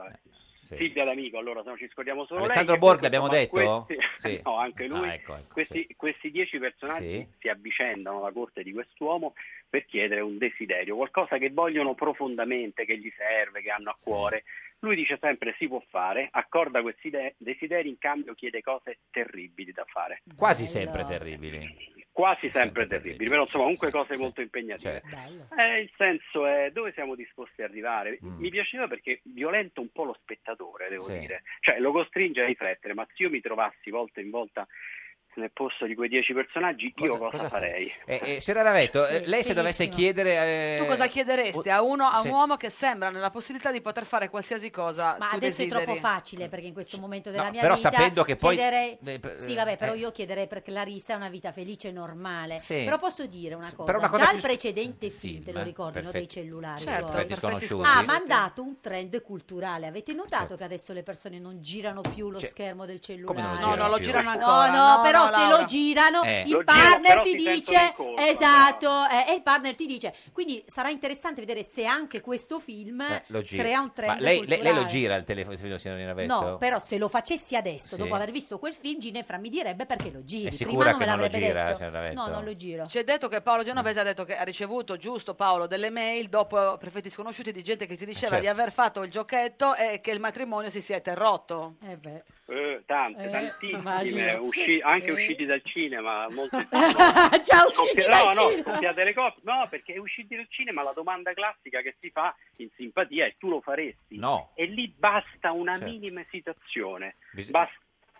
Silvia D'Amico, allora se no ci scordiamo solo Alessandro lei. Borghi l'abbiamo detto? Sì. No, anche lui. Ecco, questi 10 personaggi si avvicendano alla corte di quest'uomo per chiedere un desiderio, qualcosa che vogliono profondamente, che gli serve, che hanno a cuore. Lui dice sempre si può fare, accorda questi desideri, in cambio chiede cose terribili da fare. Quasi sempre terribili. Quasi sempre terribili, però insomma comunque cose molto impegnative. Il senso è dove siamo disposti ad arrivare. Mi piaceva perché violenta un po' lo spettatore, devo dire. Cioè lo costringe a riflettere, ma se io mi trovassi volta in volta nel posto di quei 10 personaggi, io cosa farei? Signora Ravetto, lei se dovesse chiedere... Tu cosa chiederesti a un uomo che sembra nella possibilità di poter fare qualsiasi cosa? Ma adesso desideri? è troppo facile perché in questo momento della mia però vita sapendo che poi... Sì, vabbè, però io chiederei per Clarissa una vita felice e normale. Sì. Però posso dire una cosa, Però una cosa già più- il precedente film, te lo ricordi, no, dei perfetto. cellulari Certo, suoi? Perfetti sconosciuti. Ha mandato un trend culturale. Avete notato che adesso le persone non girano più lo schermo del cellulare? come non No, non lo più? girano ancora. No, però se Laura. lo girano il Lo partner girano, ti però si dice sentono in colpa, esatto, e il partner ti dice. Quindi sarà interessante vedere se anche questo film lo gira. crea un trend Ma lei culturale. lo gira il telefono, signora Ravetto? No, però se lo facessi adesso, Sì. dopo aver visto quel film, Ginefra mi direbbe perché lo giri. È Prima sicura non me che non lo l'avrebbe gira, detto. signora Ravetto? No, non lo giro. Ci è detto che Paolo Genovese ha detto che ha ricevuto, giusto Paolo, delle mail dopo Perfetti Sconosciuti di gente che si diceva certo. di aver fatto il giochetto e che il matrimonio si sia interrotto. Tantissime, immagino. anche usciti dal cinema, molte Già usciti dal cinema. scoppiate le coppie. No, perché usciti dal cinema la domanda classica che si fa in simpatia è: tu lo faresti? No. E lì basta una Certo. minima esitazione. Basta...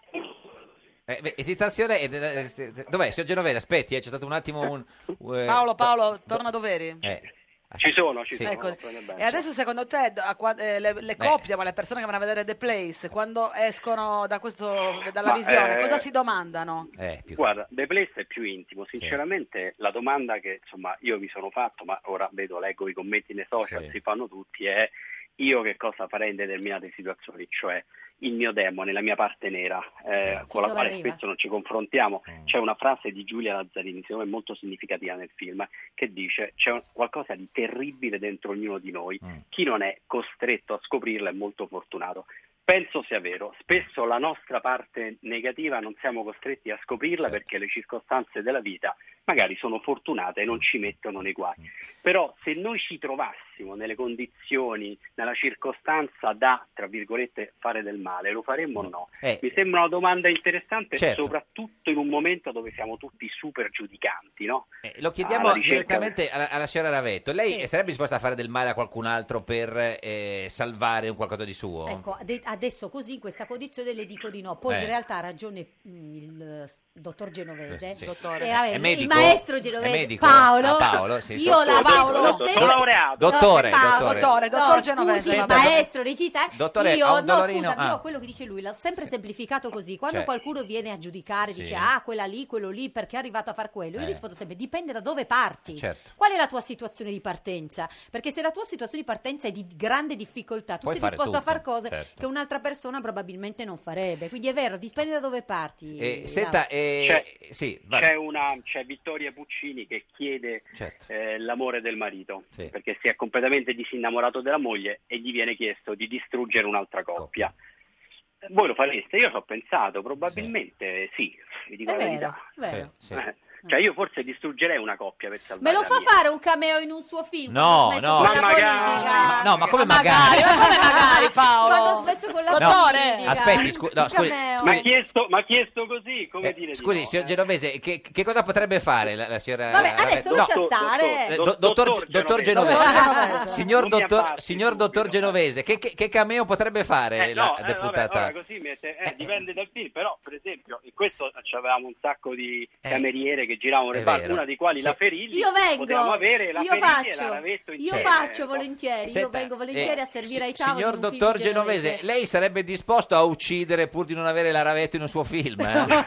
esitazione dov'è, signor Genovese? Aspetti, c'è stato un attimo Paolo, torna doveri. Ci sono. Ecco. E adesso secondo te le coppie, ma le persone che vanno a vedere The Place, quando escono dalla visione, cosa si domandano? Guarda, The Place è più intimo. Sinceramente la domanda che insomma io mi sono fatto, ma ora leggo i commenti nei social, si fanno tutti, è: io che cosa farei in determinate situazioni? Cioè il mio demone, la mia parte nera, con la quale spesso non ci confrontiamo. C'è una frase di Giulia Lazzarini, secondo me molto significativa nel film, che dice: c'è qualcosa di terribile dentro ognuno di noi, chi non è costretto a scoprirla è molto fortunato. Penso sia vero, spesso la nostra parte negativa non siamo costretti a scoprirla perché le circostanze della vita magari sono fortunate e non ci mettono nei guai. Però se noi ci trovassimo nelle condizioni, nella circostanza da, tra virgolette, fare del male, lo faremmo o no? Mi sembra una domanda interessante, soprattutto in un momento dove siamo tutti super giudicanti, no? Lo chiediamo direttamente alla signora Ravetto. Lei sarebbe disposta a fare del male a qualcun altro per salvare un qualcosa di suo? Ecco, adesso così in questa condizione le dico di no. Poi in realtà ha ragione il dottor Genovese, È medico? il maestro Genovese, È medico? Paolo. Paolo, sì, Io la l'ho sempre Dottore dottor Genovese, scusi, maestro, regista. Dottore, Io ha un no, dolorino? scusa, io quello che dice lui l'ho sempre semplificato così. Quando qualcuno viene a giudicare, dice quella lì, quello lì, perché è arrivato a far quello, io rispondo sempre: dipende da dove parti. Certo. Qual è la tua situazione di partenza? Perché se la tua situazione di partenza è di grande difficoltà, tu Puoi sei fare disposto a tutto, fare cose certo. che un'altra persona probabilmente non farebbe. Quindi è vero, dipende da dove parti. Senta, c'è Vittoria Puccini che chiede l'amore del marito, perché si è completamente disinnamorato della moglie e gli viene chiesto di distruggere un'altra coppia. Voi lo fareste? Io ci ho pensato, probabilmente sì, vi dico la verità. Vero. Cioè io forse distruggerei una coppia per salvare Me lo la fa mia. fare un cameo in un suo film? No, quando ho smesso no. con la Ma magari. politica. No, ma come magari? magari Paolo. Quando ho smesso con la Dottore. politica. Aspetti, Il scusi, cameo. Ma ha chiesto così, come dire di scusi, no, signor Genovese, che cosa potrebbe fare la signora? Vabbè, adesso lascia stare. Dottor Genovese. Signor dottor Genovese, che cameo potrebbe fare la deputata? Vabbè, così dipende dal film, però per esempio in questo avevamo un sacco di cameriere che giravano le parti, una di quali la Ferilli. Io vengo, potevamo avere la io Ferilli e faccio, la Ravetto io insieme. faccio volentieri, Senta, io vengo volentieri a servire ai tavoli. Signor in un film dottor di Genovese, lei sarebbe disposto a uccidere pur di non avere la Ravetto in un suo film?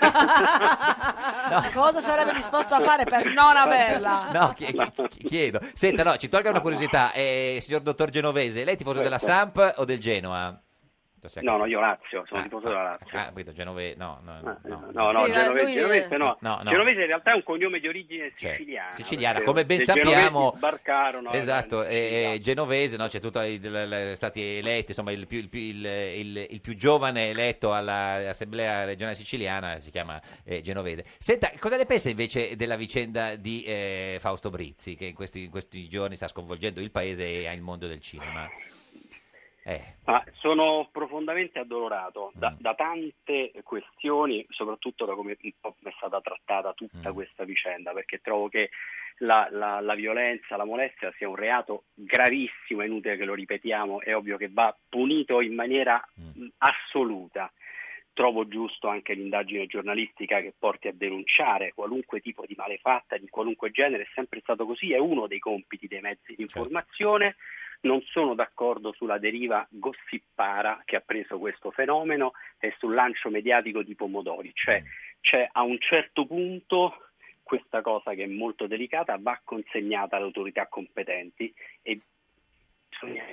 Cosa sarebbe disposto a fare per non averla? No, chiedo. Senta, no, ci tolga una curiosità, signor dottor Genovese, lei è tifoso della Samp o del Genoa? No, io Lazio, sono tifoso della Lazio. Capito, Genovese, no. Genovese no. No. Genovese in realtà è un cognome di origine siciliana. Siciliana, perché come ben i sappiamo. genovesi sbarcarono. Esatto, Genovese, no, c'è tutto stati eletti, insomma, il più giovane eletto all'Assemblea regionale siciliana si chiama Genovese. Senta, cosa ne pensa invece della vicenda di Fausto Brizzi, che in questi giorni sta sconvolgendo il paese e il mondo del cinema? Sono profondamente addolorato da tante questioni, soprattutto da come un po' è stata trattata tutta questa vicenda, perché trovo che la violenza, la molestia sia un reato gravissimo, è inutile che lo ripetiamo, è ovvio che va punito in maniera assoluta. Trovo giusto anche l'indagine giornalistica che porti a denunciare qualunque tipo di malefatta di qualunque genere, è sempre stato così, è uno dei compiti dei mezzi di informazione. Non sono d'accordo sulla deriva gossipara che ha preso questo fenomeno e sul lancio mediatico di pomodori, cioè a un certo punto questa cosa che è molto delicata va consegnata alle autorità competenti e bisogna...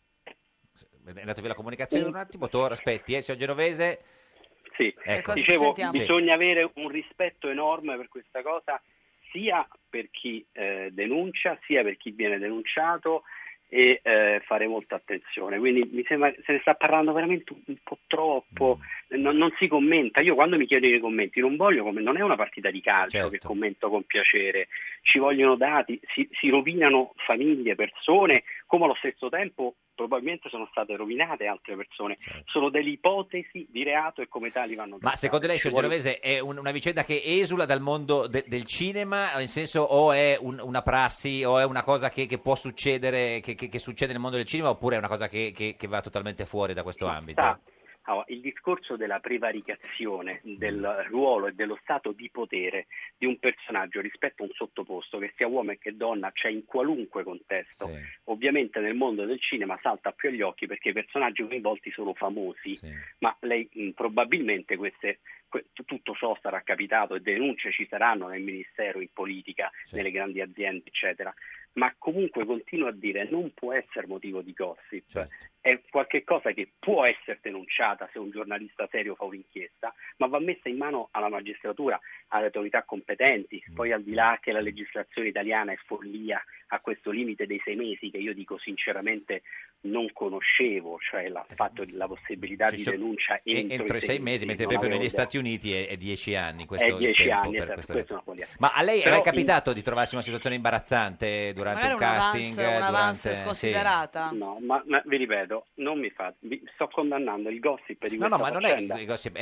È andato via la comunicazione un attimo, aspetti, signor Genovese? Sì, dicevo, bisogna avere un rispetto enorme per questa cosa, sia per chi denuncia, sia per chi viene denunciato, e fare molta attenzione. Quindi mi sembra se ne sta parlando veramente un po' troppo, non si commenta. Io quando mi chiedono i commenti non è una partita di calcio che commento con piacere, ci vogliono dati, si rovinano famiglie, persone, come allo stesso tempo probabilmente sono state rovinate altre persone. Sono delle ipotesi di reato e come tali vanno trattate. Ma secondo lei, signor Genovese, è una vicenda che esula dal mondo del cinema, nel senso, o è una prassi, o è una cosa che può succedere, che succede nel mondo del cinema, oppure è una cosa che va totalmente fuori da questo ambito? Il discorso della prevaricazione del ruolo e dello stato di potere di un personaggio rispetto a un sottoposto, che sia uomo e che donna, c'è in qualunque contesto. Ovviamente nel mondo del cinema salta più agli occhi perché i personaggi coinvolti sono famosi, ma lei probabilmente tutto ciò sarà capitato e denunce ci saranno nel ministero, in politica, nelle grandi aziende, eccetera. Ma comunque continuo a dire, non può essere motivo di gossip. È qualche cosa che può essere denunciata se un giornalista serio fa un'inchiesta, ma va messa in mano alla magistratura, alle autorità competenti. Poi al di là che la legislazione italiana è follia, a questo limite dei 6 mesi che io dico sinceramente non conoscevo, cioè la possibilità di denuncia entro i 6 mesi, mentre proprio negli Stati Uniti è 10 anni. Questo è 10 anni, questo è una follia. Ma a lei è mai capitato di trovarsi in una situazione imbarazzante durante un casting? Un'avance sconsiderata? No, ma vi ripeto, non mi sto condannando il gossip di questa faccenda. No, non è il gossip,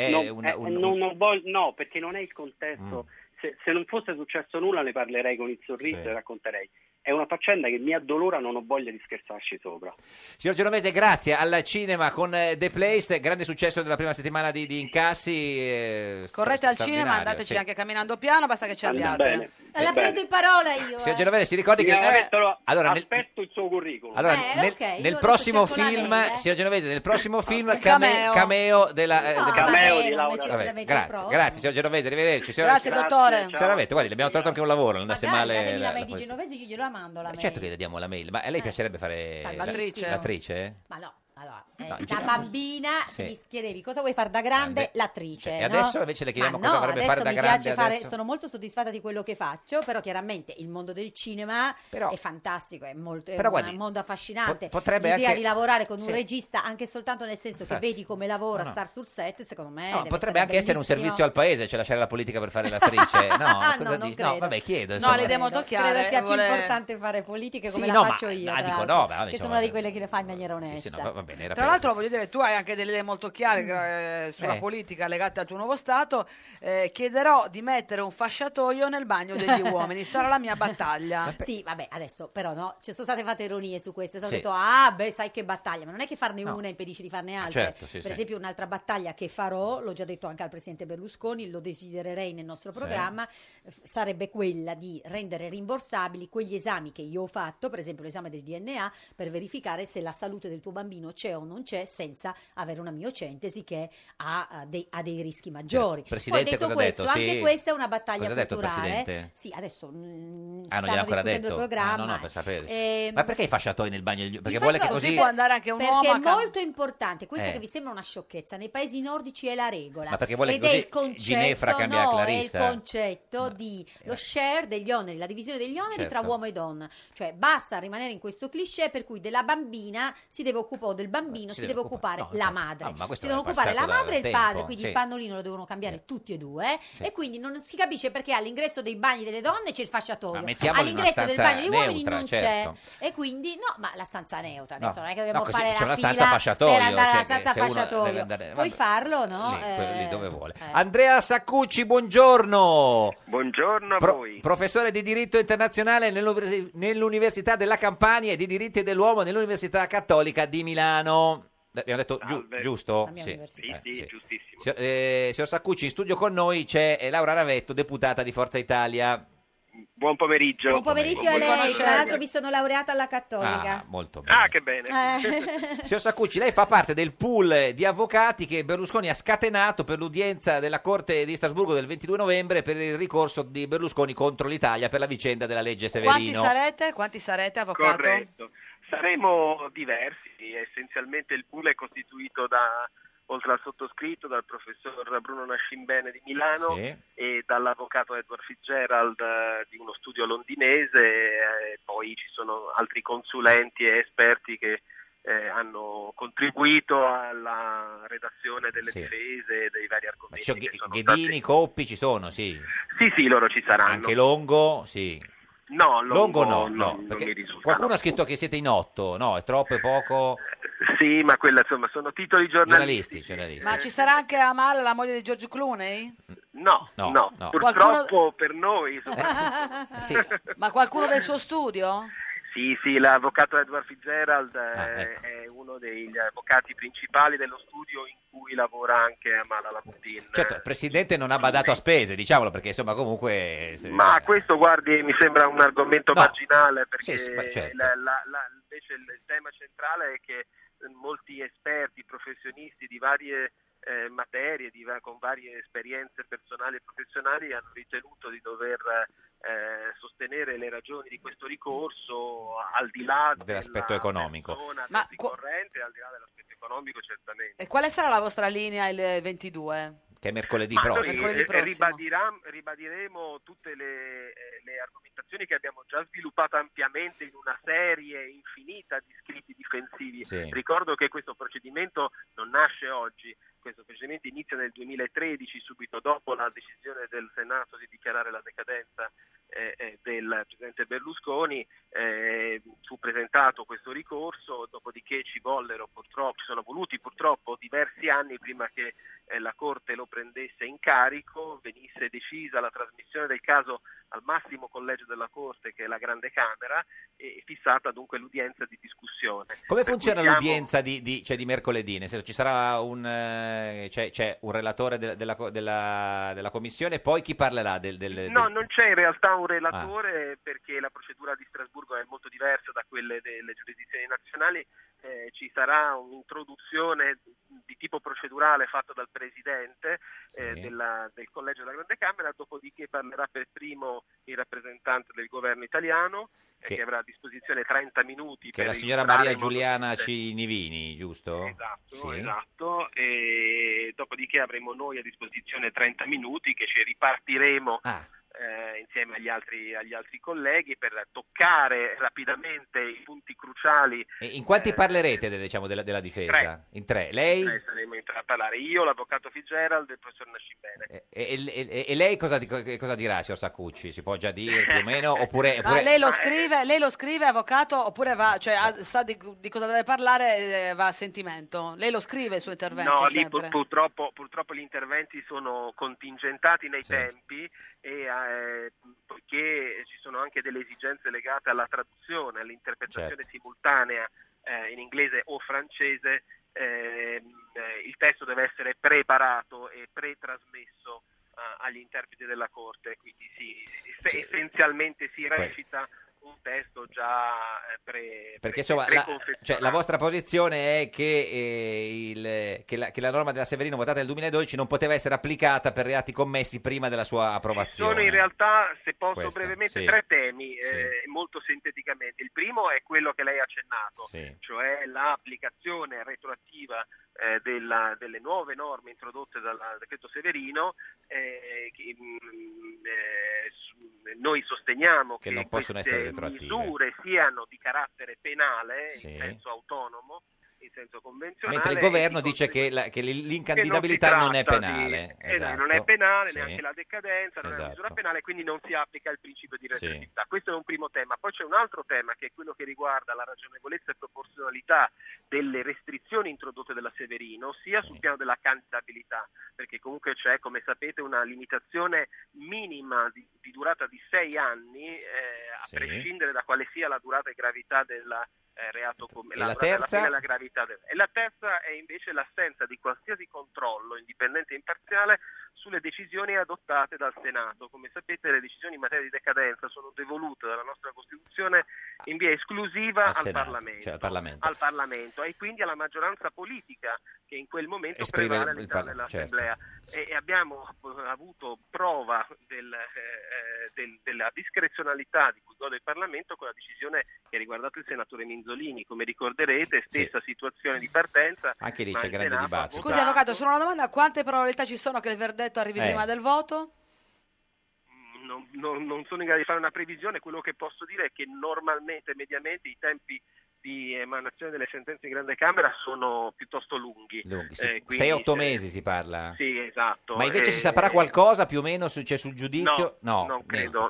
no, perché non è il contesto. Se non fosse successo nulla ne parlerei con il sorriso e racconterei. È una faccenda che mi addolora, non ho voglia di scherzarci sopra. Signor Genovese, grazie. Al cinema con The Place, grande successo della prima settimana di incassi. Correte al cinema, andateci anche camminando piano, basta che ci abbiate. La prendo in parola io. Signor Genovese, si ricordi che... aspetto il suo curriculum. Allora, nel prossimo film, signor Genovese, nel prossimo film cameo di Laura. Grazie, signor Genovese, arrivederci. Grazie, dottore. Guardi, le abbiamo trovato anche un lavoro, non andasse male. La mail di Genovese io glielo mando la mail. Certo che le diamo la mail, ma a lei piacerebbe fare l'attrice? L'attrice? Ma no. Allora, No, da bambina Sì. mi chiedevi cosa vuoi fare da grande, l'attrice. E adesso invece le chiediamo Ma cosa no, vorrebbe adesso fare da mi grande piace fare, adesso. sono molto soddisfatta di quello che faccio, però chiaramente il mondo del cinema è fantastico, è Però un guardi, mondo affascinante. potrebbe L'idea anche- di lavorare con un sì. regista, anche soltanto nel senso che Infatti. vedi come lavora, No, no. star sul set, secondo me No, deve potrebbe anche essere un bellissimo. servizio al paese, cioè lasciare la politica per fare l'attrice. No, Ah, cosa no, non dici? credo. No, vabbè, chiedo. No, insomma. l'idea è molto chiara. Credo sia vuole- più importante fare politica come Sì, la no, faccio ma- io, ah, tra dico, l'altro, no, vabbè, che insomma, sono una di quelle che le fa in maniera onesta. Sì, no, va bene, era Tra per- l'altro voglio dire, tu hai anche delle idee molto chiare sulla Eh. politica legate al tuo nuovo stato. Chiederò di mettere un fasciatoio nel bagno degli uomini, sarà la mia battaglia. Sì, vabbè, adesso però no, ci sono state fatte ironie su questo, è stato Sì. detto, beh, sai che battaglia, ma non è che farne una impedisce di farne altre. certo, sì, per sì. esempio un'altra battaglia che farò, l'ho già detto anche al Presidente Berlusconi, lo desidererei nel nostro Sì. programma, sarebbe quella di rendere rimborsabili quegli esami che io ho fatto, per esempio l'esame del DNA, per verificare se la salute del tuo bambino c'è o non c'è, senza avere una miocentesi che ha dei rischi maggiori. Il Presidente Poi detto cosa ha questo, detto? anche Sì. questa è una battaglia Cosa ha detto il culturale. Presidente? Sì, adesso non stanno gliel'ha ancora discutendo detto? il programma. No, no, per sapere. Ehm, Ma perché i fasciatoi nel bagno degli Perché i vuole che fasciatoi- così... può andare anche un perché uomo è a ca- molto importante, questa Eh. che vi sembra una sciocchezza, nei paesi nordici è la regola. Ma perché vuole ed che è così il concetto, Ginevra cambia no, Clarissa? è il concetto di lo share degli oneri, la divisione degli oneri Certo. tra uomo e donna. Cioè basta rimanere in questo cliché per cui della bambina si deve occupare, o del bambino si deve occupare la madre. No, ma questo Si devono è occupare la passato madre e il dal padre, tempo, quindi sì. il pannolino lo devono cambiare tutti e due e quindi non si capisce perché all'ingresso dei bagni delle donne c'è il fasciatoio, Ma mettiamolo in una all'ingresso del stanza bagno degli uomini neutra, non certo. c'è. E quindi no, ma la stanza neutra, No. adesso non è che dobbiamo No, così fare c'è la una fila stanza fasciatoio, per andare cioè alla che stanza se uno fasciatoio. deve andare- Puoi vabbè. farlo, no? Lì dove vuole. Andrea Saccucci, buongiorno. Buongiorno a voi. Professore di diritto internazionale nell'Università della Campania e di diritti dell'uomo nell'Università Cattolica di Milano. Abbiamo detto giusto? Sì, giustissimo. Signor Saccucci, in studio con noi c'è Laura Ravetto, deputata di Forza Italia. Buon pomeriggio. Buon pomeriggio a lei, tra l'altro vi sono laureata alla Cattolica. Ah, molto bene. Ah, che bene. Signor Saccucci, lei fa parte del pool di avvocati che Berlusconi ha scatenato per l'udienza della Corte di Strasburgo del 22 novembre per il ricorso di Berlusconi contro l'Italia per la vicenda della legge Severino. Quanti sarete, avvocato? Corretto. Saremo diversi, essenzialmente il pool è costituito da, oltre al sottoscritto, dal professor Bruno Nascimbene di Milano Sì. e dall'avvocato Edward Fitzgerald di uno studio londinese, e poi ci sono altri consulenti e esperti che hanno contribuito alla redazione delle Sì. difese dei vari argomenti. Cioè, che sono Ghedini, stati- Coppi ci sono, sì. Sì, loro ci saranno. Anche Longo, sì. No, Longo no, non perché mi risulta. qualcuno ha scritto che siete in 8, no? È troppo, è poco? Sì, ma quella insomma sono titoli giornalistici. Giornalisti. Ma ci sarà anche Amal, la moglie di George Clooney? No, purtroppo per noi. Ma qualcuno del suo studio? Sì, l'avvocato Edward Fitzgerald ecco. è uno degli avvocati principali dello studio in cui lavora anche Amal Alabuddin. Certo, il Presidente non ha badato a spese, diciamolo, perché insomma comunque... Ma questo, guardi, mi sembra un argomento marginale, perché Sì, ma certo. invece il tema centrale è che molti esperti, professionisti di varie materie, con varie esperienze personali e professionali, hanno ritenuto di dover sostenere le ragioni di questo ricorso al di là dell'aspetto economico. Ma corrente, al di là dell'aspetto economico certamente. E quale sarà la vostra linea il 22? Che è mercoledì Ma noi, prossimo. ribadiremo tutte le argomentazioni che abbiamo già sviluppato ampiamente in una serie infinita di scritti difensivi. Sì. Ricordo che questo procedimento non nasce oggi, questo procedimento inizia nel 2013, subito dopo la decisione del Senato di dichiarare la decadenza del Presidente Berlusconi. Fu presentato questo ricorso, dopodiché ci sono voluti purtroppo diversi anni prima che la Corte lo prendesse in carico, venisse decisa la trasmissione del caso al massimo collegio della Corte, che è la Grande Camera, e fissata dunque l'udienza di discussione. Come Per funziona cui siamo- l'udienza di mercoledì? Nel senso, ci sarà c'è un relatore della commissione, poi chi parlerà No, non c'è in realtà un relatore perché la procedura di Strasburgo è molto diversa da quelle delle giurisdizioni nazionali, ci sarà un'introduzione di tipo procedurale fatta dal Presidente del Collegio della Grande Camera, dopodiché parlerà per primo il rappresentante del governo italiano, che avrà a disposizione 30 minuti. Che è la signora Maria Giuliana Cinivini, giusto? Esatto, e dopodiché avremo noi a disposizione 30 minuti che ci ripartiremo insieme agli altri colleghi per toccare rapidamente i punti cruciali. E in quanti parlerete della difesa? 3. In 3. Lei? Saremo in 3 a parlare, io, l'avvocato Fitzgerald e il professor Nascimbene. E lei cosa dirà, signor Saccucci? Si può già dire più o meno? Oppure... lei lo scrive, avvocato, oppure sa di cosa deve parlare, va a sentimento? Lei lo scrive il suo intervento? No, sempre? Lì purtroppo gli interventi sono contingentati nei tempi e poiché ci sono anche delle esigenze legate alla traduzione, all'interpretazione simultanea in inglese o francese, il testo deve essere preparato e pretrasmesso agli interpreti della Corte, quindi essenzialmente si recita un testo già perché insomma la vostra posizione è che la norma della Severino votata nel 2012 non poteva essere applicata per reati commessi prima della sua approvazione. Sono in realtà, se posso brevemente, 3 temi, molto sinteticamente. Il primo è quello che lei ha accennato, cioè l'applicazione retroattiva delle nuove norme introdotte dal decreto Severino. Noi sosteniamo che non possono essere retroattive. Misure siano di carattere penale in senso autonomo, in senso convenzionale, mentre il governo dice che l'incandidabilità non è penale. Non è penale, neanche la decadenza, non è una misura penale, quindi non si applica il principio di retroattività. Questo è un primo tema. Poi c'è un altro tema che è quello che riguarda la ragionevolezza e proporzionalità delle restrizioni introdotte dalla Severino, sia sul piano della candidabilità, perché comunque c'è, come sapete, una limitazione minima di durata di 6 anni, a prescindere da quale sia la durata e gravità del reato, la terza? La gravità e la terza è invece l'assenza di qualsiasi controllo indipendente e imparziale sulle decisioni adottate dal Senato. Come sapete, le decisioni in materia di decadenza sono devolute dalla nostra Costituzione in via esclusiva al Parlamento e quindi alla maggioranza politica che in quel momento prevale all'interno dell'Assemblea. E abbiamo avuto prova della discrezionalità di cui gode il Parlamento con la decisione che ha riguardato il senatore Minzolini. Come ricorderete, stessa situazione di partenza. Anche lì c'è grande dibattito. Scusi, avvocato, solo una domanda: quante probabilità ci sono che il verdetto arrivi prima del voto? Non sono in grado di fare una previsione. Quello che posso dire è che normalmente, mediamente, i tempi di emanazione delle sentenze in Grande Camera sono piuttosto lunghi. 6-8 mesi si parla? Sì, esatto. Ma invece si saprà qualcosa più o meno sul giudizio? No, non credo.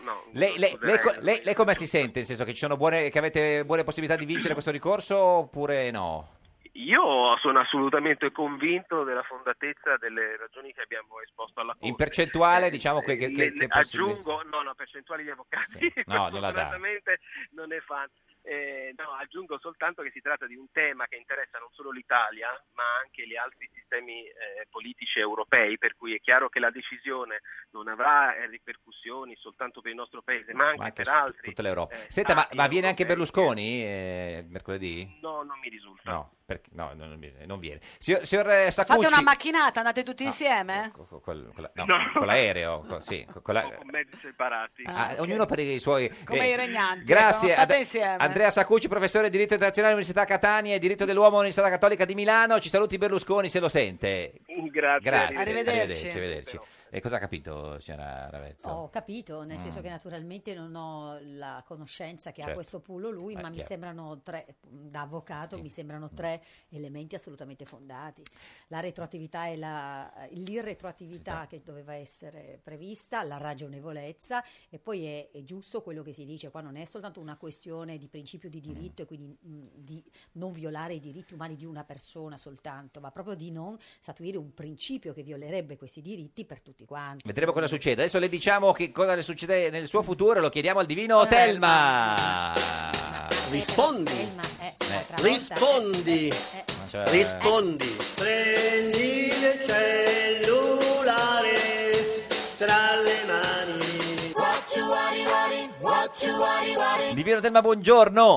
Lei come si sente? Nel senso che che avete buone possibilità di vincere questo ricorso oppure no? Io sono assolutamente convinto della fondatezza delle ragioni che abbiamo esposto alla Corte. In percentuale, diciamo che aggiungo, percentuali di avvocati no, non la dà. Fortunatamente non ne fanno. Aggiungo soltanto che si tratta di un tema che interessa non solo l'Italia ma anche gli altri sistemi politici europei, per cui è chiaro che la decisione non avrà ripercussioni soltanto per il nostro paese ma anche per altri, tutta l'Europa. Senta, ma viene anche Berlusconi mercoledì? No, non mi risulta. No, non viene. Signor Saccucci, fate una macchinata, andate tutti insieme? Con l'aereo, con mezzi separati. Ognuno per i suoi come i regnanti. Grazie. State insieme. Andrea Saccucci, professore di diritto internazionale all'Università Catania e diritto dell'uomo all'Università Cattolica di Milano. Ci saluti Berlusconi se lo sente. Grazie. Arrivederci. E cosa ha capito, signora Ravetto? Ho capito, nel senso che naturalmente non ho la conoscenza che ha questo pullo lui, ma mi sembrano da avvocato, mi sembrano 3 elementi assolutamente fondati. La retroattività e l'irretroattività che doveva essere prevista, la ragionevolezza, e poi è giusto quello che si dice, qua non è soltanto una questione di principio di diritto e quindi di non violare i diritti umani di una persona soltanto, ma proprio di non statuire un principio che violerebbe questi diritti per tutti quanti. Vedremo cosa succede. Adesso le diciamo che cosa le succede nel suo futuro, lo chiediamo al divino Telma. Rispondi. Rispondi. Rispondi. Prendi il cellulare tra le mani. Divino Telma, buongiorno.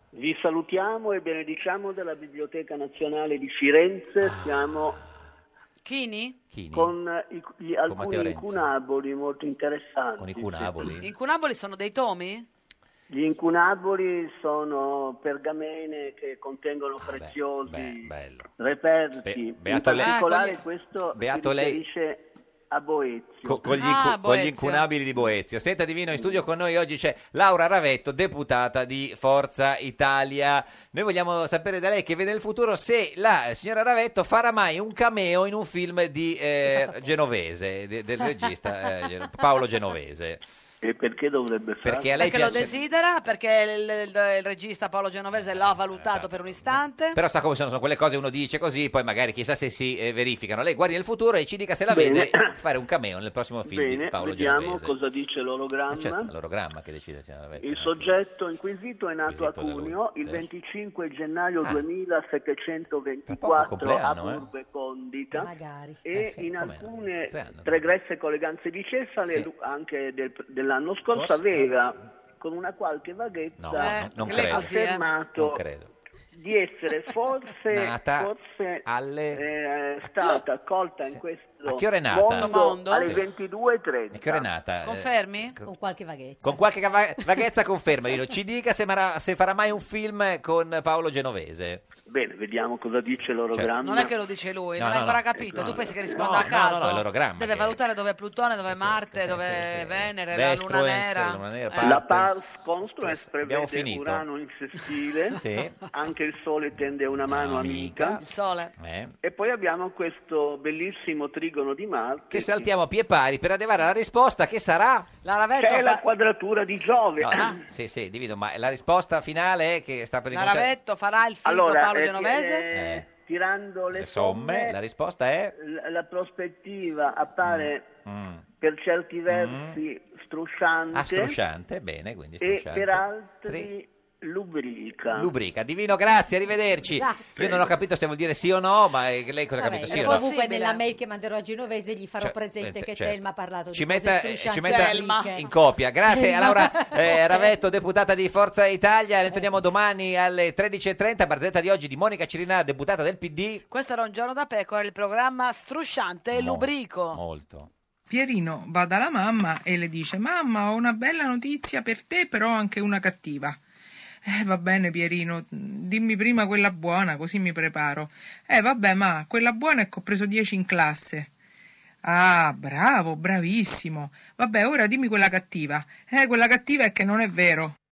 Vi salutiamo e benediciamo dalla Biblioteca Nazionale di Firenze. Siamo Chini? con Matteo alcuni Renzi. incunaboli molto interessanti. Con i cunaboli? Gli incunaboli sono dei tomi? Gli incunaboli sono pergamene che contengono preziosi reperti. Beato in lei. particolare questo Beato si lei. riferisce a Boezio. Con gli Boezio. incunabili di Boezio. Senta Divino, in studio con noi oggi c'è Laura Ravetto, deputata di Forza Italia. Noi vogliamo sapere da lei, che vede nel futuro, se la signora Ravetto farà mai un cameo in un film di Genovese, del regista Paolo Genovese. E perché dovrebbe farlo? Perché a lei Perché lo piace... desidera, perché il regista Paolo Genovese l'ha valutato per un istante. Però sa come sono quelle cose, uno dice così, poi magari chissà se si verificano. Lei guardi nel futuro e ci dica se la Bene. vede fare un cameo nel prossimo film Bene, di Paolo vediamo Genovese. cosa dice l'ologramma. Certo, l'orogramma che decide signora Ravetto. Il soggetto inquisito è nato a Inquisito da lui. Cuneo il 25 gennaio Tra 2724 poco il a compleanno, Burbe Condita Magari. e sì, in com'era? alcune Compleanno. pregresse colleganze di Cessale, Sì. anche dell'anno scorso, aveva con una qualche vaghezza non credo. affermato Non credo. di essere Nata forse alle... stata accolta in questo A che ora è nata? mondo alle Sì. 22:30. A che ora è nata? Confermi? Con qualche vaghezza. Con qualche vaghezza conferma, Dino. Ci dica se farà mai un film con Paolo Genovese. Bene, vediamo cosa dice l'orogramma. Non è che lo dice lui, No, non no, hai ancora no. capito. No, Tu pensi che no, risponda a no, caso? no, è l'orogramma Deve che- valutare dove è Plutone, dove è Marte, dove è Venere, la Luna Destruens, Nera. Luna Nera, La Parters. Pars Construens Abbiamo prevede finito. Urano in sestile, Sì. anche il Sole tende una mano amica. Il Sole. E poi abbiamo questo bellissimo trigono di Marte. Che saltiamo a pie pari per arrivare alla risposta che sarà... La Ravetto C'è la quadratura di Giove. No, sì, Divino, ma la risposta finale è che sta per La incominciare... Ravetto farà il film Allora, con Paolo Genovese? tirando le somme, la risposta è... la prospettiva appare per certi versi strusciante, Ah, strusciante, bene, quindi e strusciante. per altri lubrica. Lubrica. Divino, grazie, arrivederci. Grazie. Io non ho capito se vuol dire sì o no, ma lei cosa ha capito? Sì E o no? comunque nella mail che manderò a Genovese gli farò Cioè, presente che certo. Telma ha parlato Ci di cose metta struscianti. in copia. Grazie a Telma. Laura Ravetto, deputata di Forza Italia. Ne torniamo domani alle 13.30. Barzetta di oggi di Monica Cirinà, deputata del PD. Questo era Un giorno da pecora, il programma strusciante e lubrico. Molto. Pierino va dalla mamma e le dice: mamma, ho una bella notizia per te, però anche una cattiva. Va bene Pierino, dimmi prima quella buona, così mi preparo. Vabbè, ma quella buona è che ho preso 10 in classe. Ah, bravo, bravissimo. Vabbè, ora dimmi quella cattiva. Quella cattiva è che non è vero.